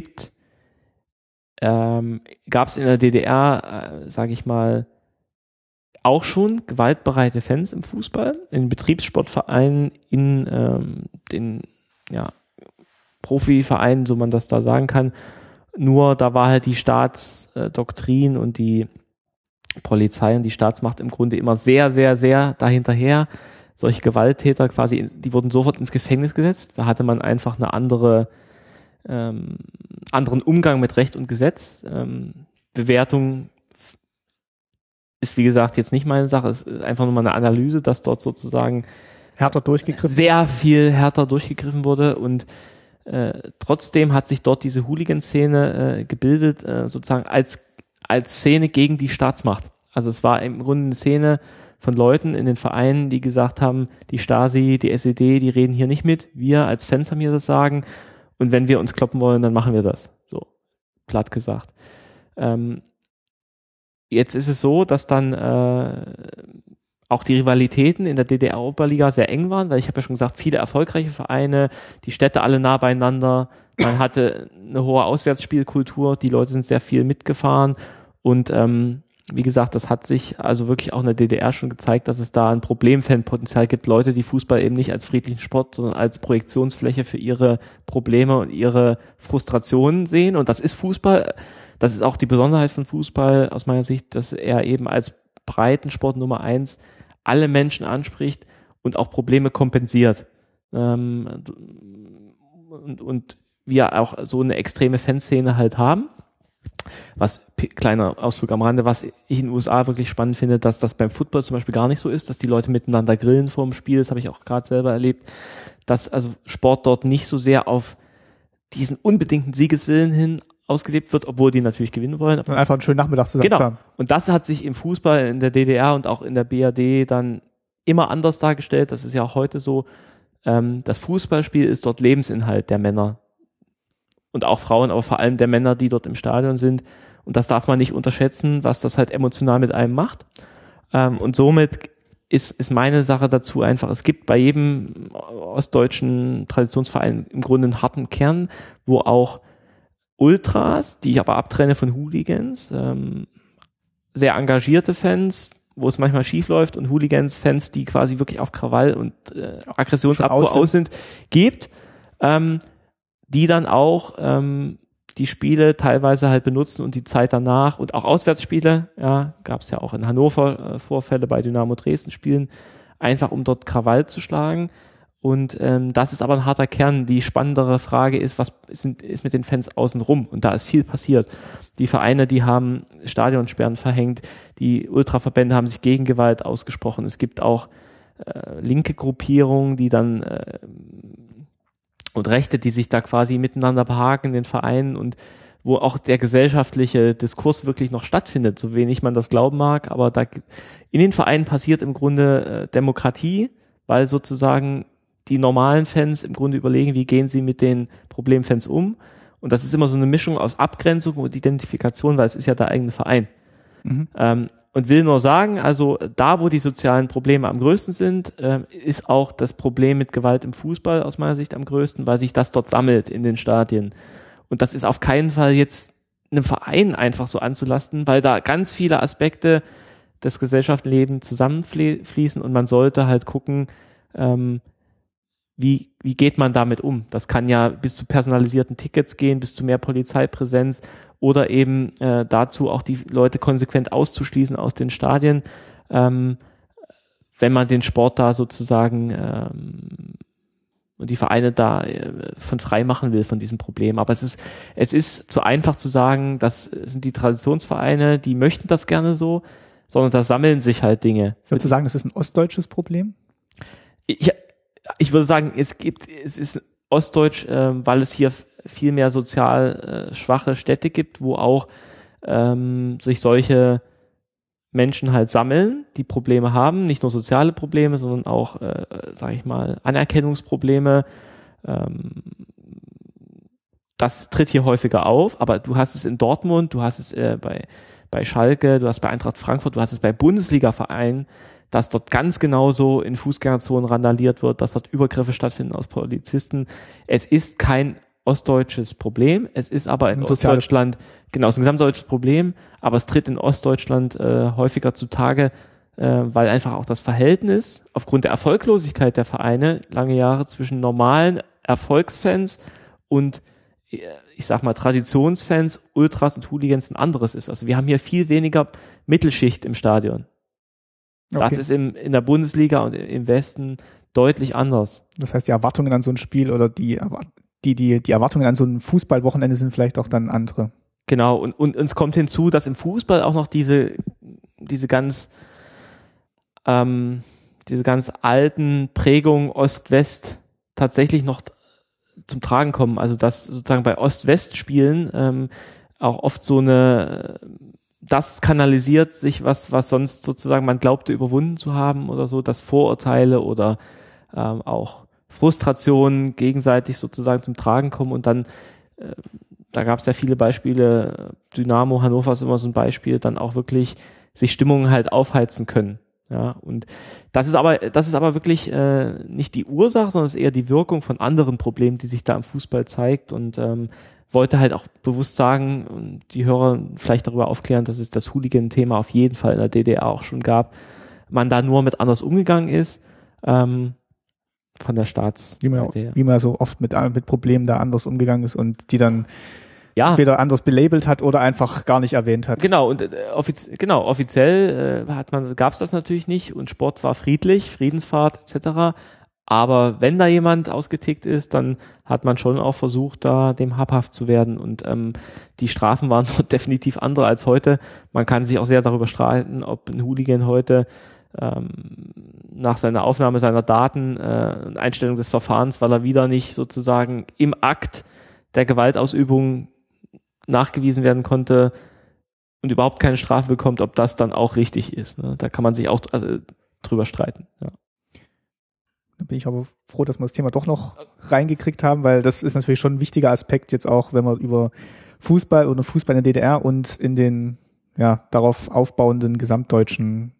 gab es in der DDR, sage ich mal, auch schon gewaltbereite Fans im Fußball, in Betriebssportvereinen, in den Profivereinen, so man das da sagen kann. Nur da war halt die Staatsdoktrin und die Polizei und die Staatsmacht im Grunde immer sehr, sehr, sehr dahinterher. Solche Gewalttäter quasi, die wurden sofort ins Gefängnis gesetzt. Da hatte man einfach eine anderen Umgang mit Recht und Gesetz. Bewertung ist, wie gesagt, jetzt nicht meine Sache. Es ist einfach nur mal eine Analyse, dass dort sozusagen sehr viel härter durchgegriffen wurde und trotzdem hat sich dort diese Hooligan-Szene gebildet, sozusagen als Szene gegen die Staatsmacht. Also es war im Grunde eine Szene von Leuten in den Vereinen, die gesagt haben, die Stasi, die SED, die reden hier nicht mit. Wir als Fans haben hier das Sagen. Und wenn wir uns kloppen wollen, dann machen wir das. So, platt gesagt. Jetzt ist es so, dass dann auch die Rivalitäten in der DDR-Oberliga sehr eng waren, weil ich habe ja schon gesagt, viele erfolgreiche Vereine, die Städte alle nah beieinander, man hatte eine hohe Auswärtsspielkultur, die Leute sind sehr viel mitgefahren und wie gesagt, das hat sich also wirklich auch in der DDR schon gezeigt, dass es da ein Problemfanpotenzial gibt, Leute, die Fußball eben nicht als friedlichen Sport, sondern als Projektionsfläche für ihre Probleme und ihre Frustrationen sehen und das ist Fußball, das ist auch die Besonderheit von Fußball aus meiner Sicht, dass er eben als Breitensport Nummer 1 alle Menschen anspricht und auch Probleme kompensiert. Und wir auch so eine extreme Fanszene halt haben. Kleiner Ausflug am Rande, was ich in den USA wirklich spannend finde, dass das beim Football zum Beispiel gar nicht so ist, dass die Leute miteinander grillen vor dem Spiel, das habe ich auch gerade selber erlebt, dass also Sport dort nicht so sehr auf diesen unbedingten Siegeswillen hin ausgelebt wird, obwohl die natürlich gewinnen wollen. Einfach einen schönen Nachmittag zusammen. Genau. Und das hat sich im Fußball in der DDR und auch in der BRD dann immer anders dargestellt. Das ist ja auch heute so. Das Fußballspiel ist dort Lebensinhalt der Männer. und auch Frauen, aber vor allem der Männer, die dort im Stadion sind. Und das darf man nicht unterschätzen, was das halt emotional mit einem macht. Und somit ist meine Sache dazu einfach, es gibt bei jedem ostdeutschen Traditionsverein im Grunde einen harten Kern, wo auch Ultras, die ich aber abtrenne von Hooligans, sehr engagierte Fans, wo es manchmal schief läuft, und Hooligans-Fans, die quasi wirklich auf Krawall und Aggressionsabfuhr aus sind, gibt, die dann auch die Spiele teilweise halt benutzen und die Zeit danach und auch Auswärtsspiele, ja, gab es ja auch in Hannover Vorfälle bei Dynamo Dresden Spielen, einfach um dort Krawall zu schlagen. Und das ist aber ein harter Kern. Die spannendere Frage ist, was ist mit den Fans außenrum? Und da ist viel passiert. Die Vereine, die haben Stadionsperren verhängt, die Ultraverbände haben sich gegen Gewalt ausgesprochen. Es gibt auch linke Gruppierungen, die dann und Rechte, die sich da quasi miteinander behaken in den Vereinen und wo auch der gesellschaftliche Diskurs wirklich noch stattfindet, so wenig man das glauben mag, aber da in den Vereinen passiert im Grunde Demokratie, weil sozusagen die normalen Fans im Grunde überlegen, wie gehen sie mit den Problemfans um, und das ist immer so eine Mischung aus Abgrenzung und Identifikation, weil es ist ja der eigene Verein. Und will nur sagen, also da, wo die sozialen Probleme am größten sind, ist auch das Problem mit Gewalt im Fußball aus meiner Sicht am größten, weil sich das dort sammelt in den Stadien. Und das ist auf keinen Fall jetzt einem Verein einfach so anzulasten, weil da ganz viele Aspekte des Gesellschaftslebens zusammenfließen und man sollte halt gucken, wie geht man damit um? Das kann ja bis zu personalisierten Tickets gehen, bis zu mehr Polizeipräsenz oder eben dazu auch die Leute konsequent auszuschließen aus den Stadien, wenn man den Sport da sozusagen und die Vereine da von frei machen will von diesem Problem. Aber es ist zu einfach zu sagen, das sind die Traditionsvereine, die möchten das gerne so, sondern da sammeln sich halt Dinge. Würdest du sagen, das ist ein ostdeutsches Problem? Ich würde sagen, es ist ostdeutsch, weil es hier viel mehr sozial schwache Städte gibt, wo auch sich solche Menschen halt sammeln, die Probleme haben, nicht nur soziale Probleme, sondern auch, sage ich mal, Anerkennungsprobleme. Das tritt hier häufiger auf, aber du hast es in Dortmund, du hast es bei Schalke, du hast bei Eintracht Frankfurt, du hast es bei Bundesliga-Vereinen, dass dort ganz genauso in Fußgängerzonen randaliert wird, dass dort Übergriffe stattfinden aus Polizisten. Es ist kein ostdeutsches Problem, es ist aber in Ostdeutschland, genau, es ist ein gesamtdeutsches Problem, aber es tritt in Ostdeutschland häufiger zutage, weil einfach auch das Verhältnis aufgrund der Erfolglosigkeit der Vereine lange Jahre zwischen normalen Erfolgsfans und ich sag mal Traditionsfans, Ultras und Hooligans ein anderes ist. Also wir haben hier viel weniger Mittelschicht im Stadion. Okay. Das ist in der Bundesliga und im Westen deutlich anders. Das heißt, die Erwartungen an so ein Spiel oder die Erwartungen an so ein Fußballwochenende sind vielleicht auch dann andere. Genau, und es kommt hinzu, dass im Fußball auch noch diese ganz alten Prägungen Ost-West tatsächlich noch zum Tragen kommen. Also dass sozusagen bei Ost-West-Spielen auch oft so das kanalisiert sich, was sonst sozusagen man glaubte überwunden zu haben oder so, dass Vorurteile oder auch Frustrationen gegenseitig sozusagen zum Tragen kommen und dann, da gab es ja viele Beispiele, Dynamo, Hannover ist immer so ein Beispiel, dann auch wirklich sich Stimmungen halt aufheizen können. Ja, und das ist aber wirklich nicht die Ursache, sondern es ist eher die Wirkung von anderen Problemen, die sich da im Fußball zeigt, und wollte halt auch bewusst sagen und die Hörer vielleicht darüber aufklären, dass es das Hooligan-Thema auf jeden Fall in der DDR auch schon gab, man da nur mit anders umgegangen ist, von der Staatsseite. Wie man so oft mit Problemen da anders umgegangen ist und die dann entweder anders belabelt hat oder einfach gar nicht erwähnt hat. Genau, und offiziell gab es das natürlich nicht und Sport war friedlich, Friedensfahrt etc., aber wenn da jemand ausgetickt ist, dann hat man schon auch versucht, da dem habhaft zu werden. Und die Strafen waren definitiv andere als heute. Man kann sich auch sehr darüber streiten, ob ein Hooligan heute nach seiner Aufnahme seiner Daten und Einstellung des Verfahrens, weil er wieder nicht sozusagen im Akt der Gewaltausübung nachgewiesen werden konnte und überhaupt keine Strafe bekommt, ob das dann auch richtig ist. Ne? Da kann man sich auch drüber streiten. Ja. Da bin ich aber froh, dass wir das Thema doch noch reingekriegt haben, weil das ist natürlich schon ein wichtiger Aspekt jetzt auch, wenn man über Fußball oder Fußball in der DDR und in den darauf aufbauenden gesamtdeutschen,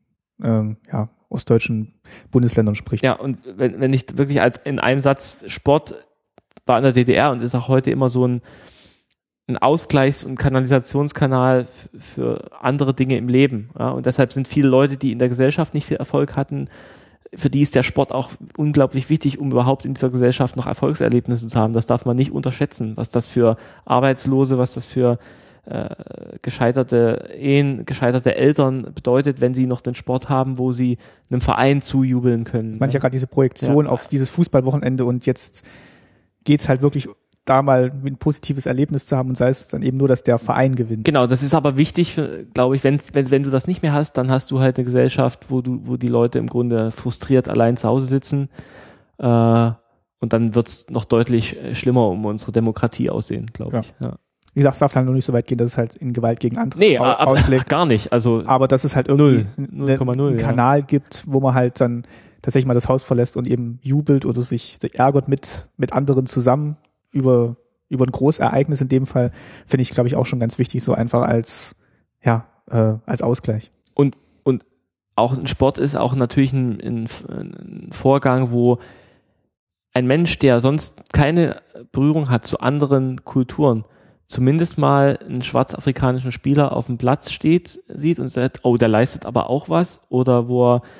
ostdeutschen Bundesländern spricht. Ja, und wenn ich wirklich als in einem Satz, Sport war in der DDR und ist auch heute immer so ein Ausgleichs- und Kanalisationskanal für andere Dinge im Leben. Ja? Und deshalb sind viele Leute, die in der Gesellschaft nicht viel Erfolg hatten, für die ist der Sport auch unglaublich wichtig, um überhaupt in dieser Gesellschaft noch Erfolgserlebnisse zu haben. Das darf man nicht unterschätzen, was das für Arbeitslose, was das für gescheiterte Ehen, gescheiterte Eltern bedeutet, wenn sie noch den Sport haben, wo sie einem Verein zujubeln können. Das meine ich ja gerade, diese Projektion auf dieses Fußballwochenende, und jetzt geht's halt wirklich da mal ein positives Erlebnis zu haben, und sei es dann eben nur, dass der Verein gewinnt. Genau, das ist aber wichtig, glaube ich, wenn du das nicht mehr hast, dann hast du halt eine Gesellschaft, wo die Leute im Grunde frustriert allein zu Hause sitzen, und dann wird's noch deutlich schlimmer um unsere Demokratie aussehen, glaube ich. Ja. Wie gesagt, es darf dann nur nicht so weit gehen, dass es halt in Gewalt gegen andere ausschlägt. Gar nicht. Also aber dass es halt irgendwie 0,0 einen Kanal gibt, wo man halt dann tatsächlich mal das Haus verlässt und eben jubelt oder sich ärgert mit anderen zusammen über ein Großereignis in dem Fall, finde ich, glaube ich, auch schon ganz wichtig, so einfach als Ausgleich. Und auch ein Sport ist auch natürlich ein Vorgang, wo ein Mensch, der sonst keine Berührung hat zu anderen Kulturen, zumindest mal einen schwarzafrikanischen Spieler auf dem Platz sieht und sagt, oh, der leistet aber auch was, oder wo er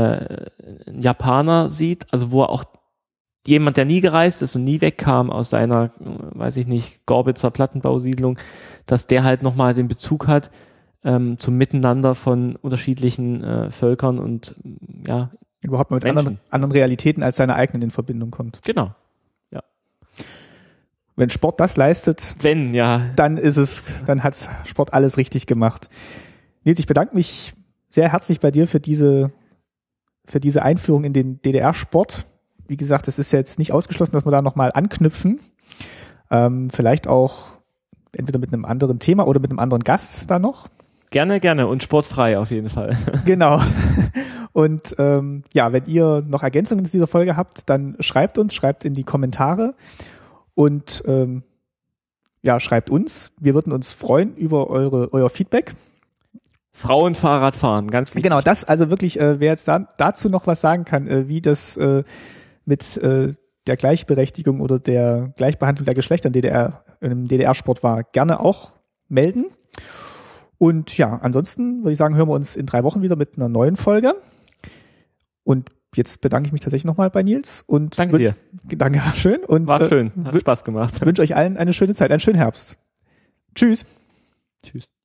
einen Japaner sieht, also wo er auch jemand, der nie gereist ist und nie wegkam aus seiner, weiß ich nicht, Gorbitzer Plattenbausiedlung, dass der halt nochmal den Bezug hat zum Miteinander von unterschiedlichen Völkern und überhaupt mal mit anderen Realitäten als seine eigenen in Verbindung kommt. Genau. Wenn Sport das leistet, dann hat Sport alles richtig gemacht. Nils, ich bedanke mich sehr herzlich bei dir für diese Einführung in den DDR-Sport. Wie gesagt, es ist jetzt nicht ausgeschlossen, dass wir da nochmal anknüpfen. Vielleicht auch entweder mit einem anderen Thema oder mit einem anderen Gast da noch. Gerne und sportfrei auf jeden Fall. Genau. Und wenn ihr noch Ergänzungen zu dieser Folge habt, dann schreibt in die Kommentare. Und schreibt uns. Wir würden uns freuen über euer Feedback. Frauenfahrradfahren, ganz wichtig. Genau, das also wirklich, wer jetzt dazu noch was sagen kann, wie das mit der Gleichberechtigung oder der Gleichbehandlung der Geschlechter im DDR-Sport war, gerne auch melden. Und ansonsten würde ich sagen, hören wir uns in 3 Wochen wieder mit einer neuen Folge. Und jetzt bedanke ich mich tatsächlich nochmal bei Nils. Und danke dir. Danke, schön. Und, war schön, hat Spaß gemacht. Wünsche euch allen eine schöne Zeit, einen schönen Herbst. Tschüss. Tschüss.